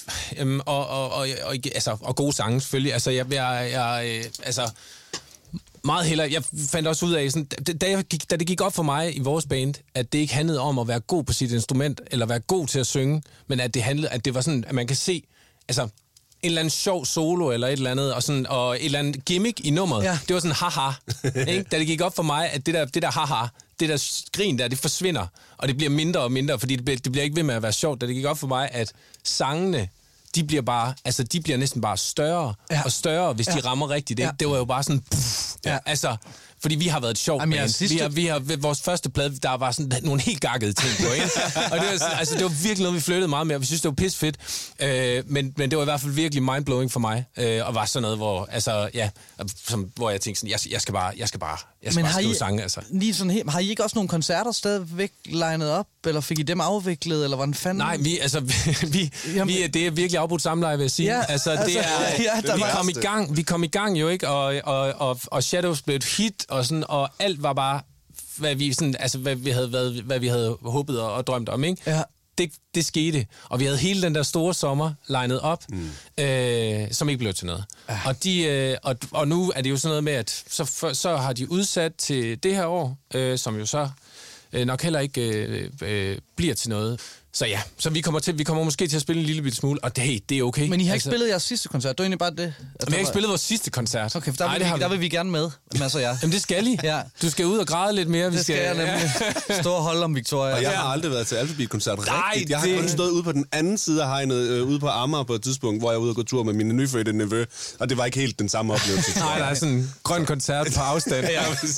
og gode sange selvfølgelig. Altså, jeg meget hellere. Jeg fandt også ud af, sådan, da det gik op for mig i vores band, at det ikke handlede om at være god på sit instrument, eller være god til at synge, men at det var sådan, at man kan se, altså, en eller anden sjov solo, eller et eller andet, og et eller andet gimmick i nummeret. Ja. Det var sådan, haha. Ikke? Da det gik op for mig, at det der haha, det der skrin der, det forsvinder, og det bliver mindre og mindre, fordi det bliver ikke ved med at være sjovt. Da det gik op for mig, at sangene, de bliver næsten bare større og større, hvis de rammer rigtigt. Det var jo bare sådan, altså, fordi vi har været et sjovt band. Vi har vores første plade, der var sådan nogle helt gakkede ting på, ikke? Og det var virkelig noget, vi flyttede meget med, og vi synes, det var pisfedt. Men det var i hvert fald virkelig mindblowing for mig, og var sådan noget, hvor jeg tænkte sådan, jeg skal bare skrive sange, altså. Lige sådan helt, har I ikke også nogle koncerter stadigvæk legnet op, eller fik I dem afviklet, eller hvordan fanden? Nej, det er virkelig afbrudt samleje, vil jeg sige. Vi kom i gang jo, ikke? Og Shadows blev et hit, og sådan, og alt var bare, hvad vi havde håbet og drømt om, ikke? Ja. Det skete, og vi havde hele den der store sommer legnet op, som ikke blev til noget. Og nu er det jo sådan noget med, at så har de udsat til det her år, som jo så nok heller ikke bliver til noget. Så ja, så vi kommer måske til at spille en lille bitte smule, og det er okay. Men I har ikke spillet jeres sidste koncert, det er egentlig bare det. Men jeg har ikke spillet vores sidste koncert. Okay, for der vil vi gerne med, Mads og jeg. Jamen det skal I. Ja. Du skal ud og græde lidt mere. Det skal jeg nemlig. Stå og holde om Victoria. Og jeg har aldrig været til Alphabet-koncert rigtigt. Jeg har kun stået ude på den anden side af hegnet, ude på Amager på et tidspunkt, hvor jeg var ude og gå tur med mine nyfødte nevø, og det var ikke helt den samme oplevelse. Nej, der er sådan en grøn koncert på afstand.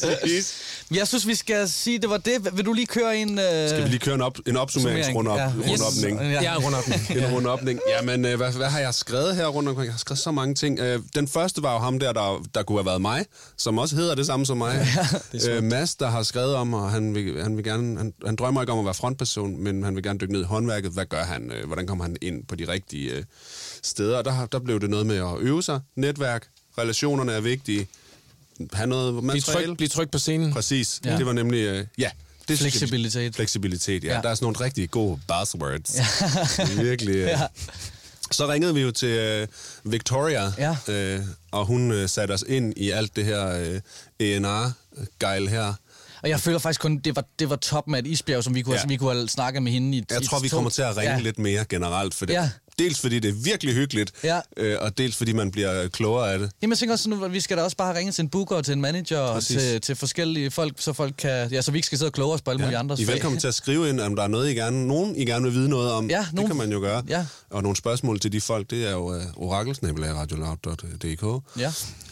Jeg synes, vi skal sige, det var det. Vil du lige køre en... Skal vi lige køre en opsummeringsrundopning? Ja, rundopning. En rundopning. Jamen, hvad har jeg skrevet her rundt omkring? Jeg har skrevet så mange ting. Den første var jo ham der kunne have været mig, som også hedder det samme som mig. Mads, der har skrevet om, og han vil gerne, han drømmer ikke om at være frontperson, men han vil gerne dykke ned i håndværket. Hvad gør han? Hvordan kommer han ind på de rigtige steder? Der blev det noget med at øve sig. Netværk. Relationerne er vigtige. Have noget materiale. Bliv tryg på scenen. Præcis. Ja. Det var nemlig... Fleksibilitet. Ja. Der er sådan nogle rigtig gode buzzwords. Ja. Virkelig. Så ringede vi jo til Victoria, og hun satte os ind i alt det her ENR-gejl her. Og jeg føler faktisk kun, det var toppen af et isbjerg, som vi kunne have snakket med hende i. Jeg tror, vi kommer til at ringe lidt mere generelt, for det. Dels fordi det er virkelig hyggeligt, og dels fordi man bliver klogere af det. Jamen jeg tænker også, at vi skal da også bare have ringet til en booker, til en manager og til forskellige folk, så folk kan, så vi ikke skal sidde og kloge os på alle mulige andres. I er velkommen til at skrive ind, om der er noget, I gerne vil vide noget om. Det kan man jo gøre. Ja. Og nogle spørgsmål til de folk, det er jo orakelsnabelag.radioloud.dk. Ja.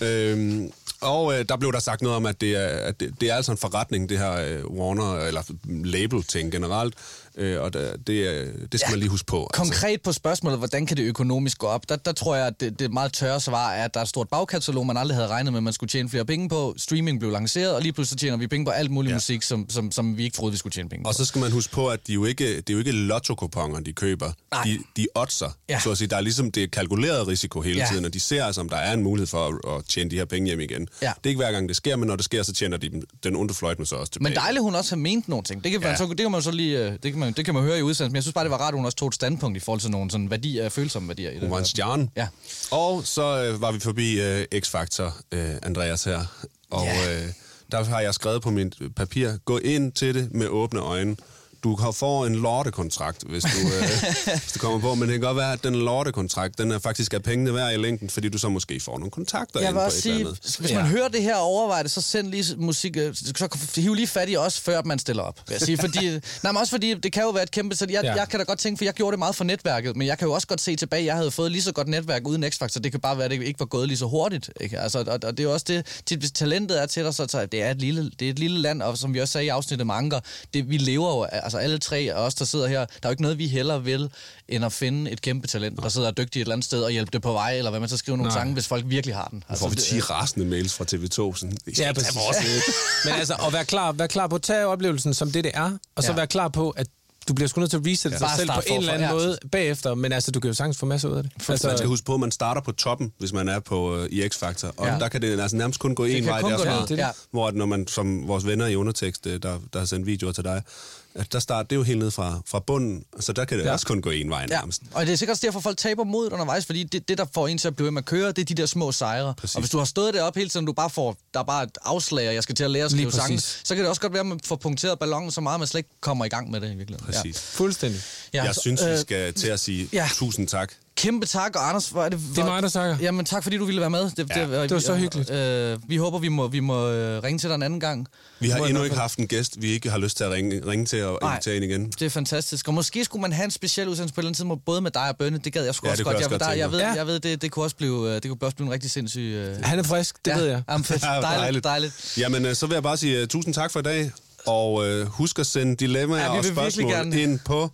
Og der blev der sagt noget om, at det er altså en forretning, det her Warner, eller label-ting generelt. Og det skal man lige huske på. Konkret på spørgsmålet, hvordan kan det økonomisk gå op? Der tror jeg, at det meget tørre svar er, at der er et stort bagkatalog, man aldrig havde regnet med, at man skulle tjene flere penge på. Streaming blev lanceret, og lige pludselig tjener vi penge på alt muligt musik, som vi ikke troede, vi skulle tjene penge på. Og så skal man huske på, at det er jo ikke lotto-kuponer, de køber. De oddser. Ja. Så at sige, der er ligesom det kalkulerede risiko hele tiden, og de ser, som der er en mulighed for at tjene de her penge hjem igen. Ja. Det er ikke hver gang, det sker, men når det sker, så tjener de den onde fløjt med så også tilbage. Men dejligt, hun også har ment nogle ting. Det kan man høre i udsendelsen, men jeg synes bare, det var rart, at hun også tog et standpunkt i forhold til nogle sådan følsomme værdier i det. Hun var en stjerne. Ja. Og så var vi forbi X-Factor, Andreas her. Og der har jeg skrevet på mit papir, gå ind til det med åbne øjne. Du får en lortekontrakt, hvis du kommer på, men det kan godt være, at den lortekontrakt, den er faktisk af pengene værd i længden, fordi du så måske får nogle kontakter ind på et eller andet. Hvis man hører det her og overvejer det, så send lige musik, så hiv lige fat i os, før man stiller op, vil jeg sige. Men også fordi, det kan jo være et kæmpe, så jeg kan da godt tænke, for jeg gjorde det meget for netværket, men jeg kan jo også godt se tilbage, jeg havde fået lige så godt netværk uden X-Factor, det kan bare være, at det ikke var gået lige så hurtigt, ikke? Altså, og det er jo også det, hvis talentet er til dig, så det er et lille land, og som vi også sagde i afsnittet med Anker, vi lever jo, altså Altså alle 3 af os, der sidder her, der er jo ikke noget, vi hellere vil, end at finde et kæmpe talent, der sidder dygtigt et eller andet sted og hjælpe det på vej, eller hvad man så skriver nogle sange, hvis folk virkelig har den. Altså, får vi 10 rasende mails fra TV2. Sådan, ja, præcis. Men altså, at være klar på at tage oplevelsen som det er, og så være klar på, at du bliver sgu nødt til at resette dig selv på en eller anden måde bagefter, men altså, du kan jo sagtens få masser ud af det. Altså, man skal huske på, at man starter på toppen, hvis man er på i X-Factor, og der kan det altså nærmest kun gå en vej derfra, hvor når man, som vores venner i undertekst, der har sendt videoer til dig, at der starter det jo helt ned fra bunden, så der kan det også kun gå en vej nærmest. Og det er sikkert også derfor, folk taber modet undervejs, fordi det, der får en til at blive med at køre, det er de der små sejre. Præcis. Og hvis du har stået deroppe hele tiden, der er bare et afslag, og jeg skal til at lære at skrive sange, så kan det også godt være, at man får punkteret ballonen så meget, at man slet ikke kommer i gang med det i virkeligheden. Præcis. Fuldstændig. Jeg synes, vi skal til at sige tusind tak. Kæmpe tak, og Anders, det er mig, der takker. Jamen tak, fordi du ville være med. Det var så hyggeligt. Vi håber, vi må ringe til dig en anden gang. Vi har endnu ikke haft en gæst, vi ikke har lyst til at ringe til og invitere ind igen. Det er fantastisk. Og måske skulle man have en speciel udsendelse på et eller andet tidspunkt, både med dig og Bønne. Det gad jeg sgu også godt. Jeg ved, det kunne også blive en rigtig sindssyg... Han er frisk, det ved jeg. Jamen, fedt. Dejligt. Jamen, så vil jeg bare sige tusind tak for i dag. Og husk at sende dilemmaer og spørgsmål ind på...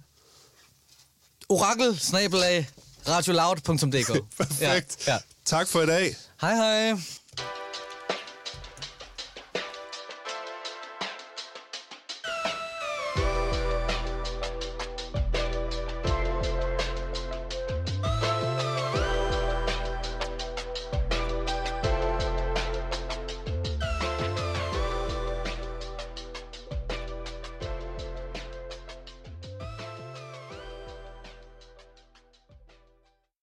Orakel@radioloud.dk. Perfekt. Tak for i dag. Hej.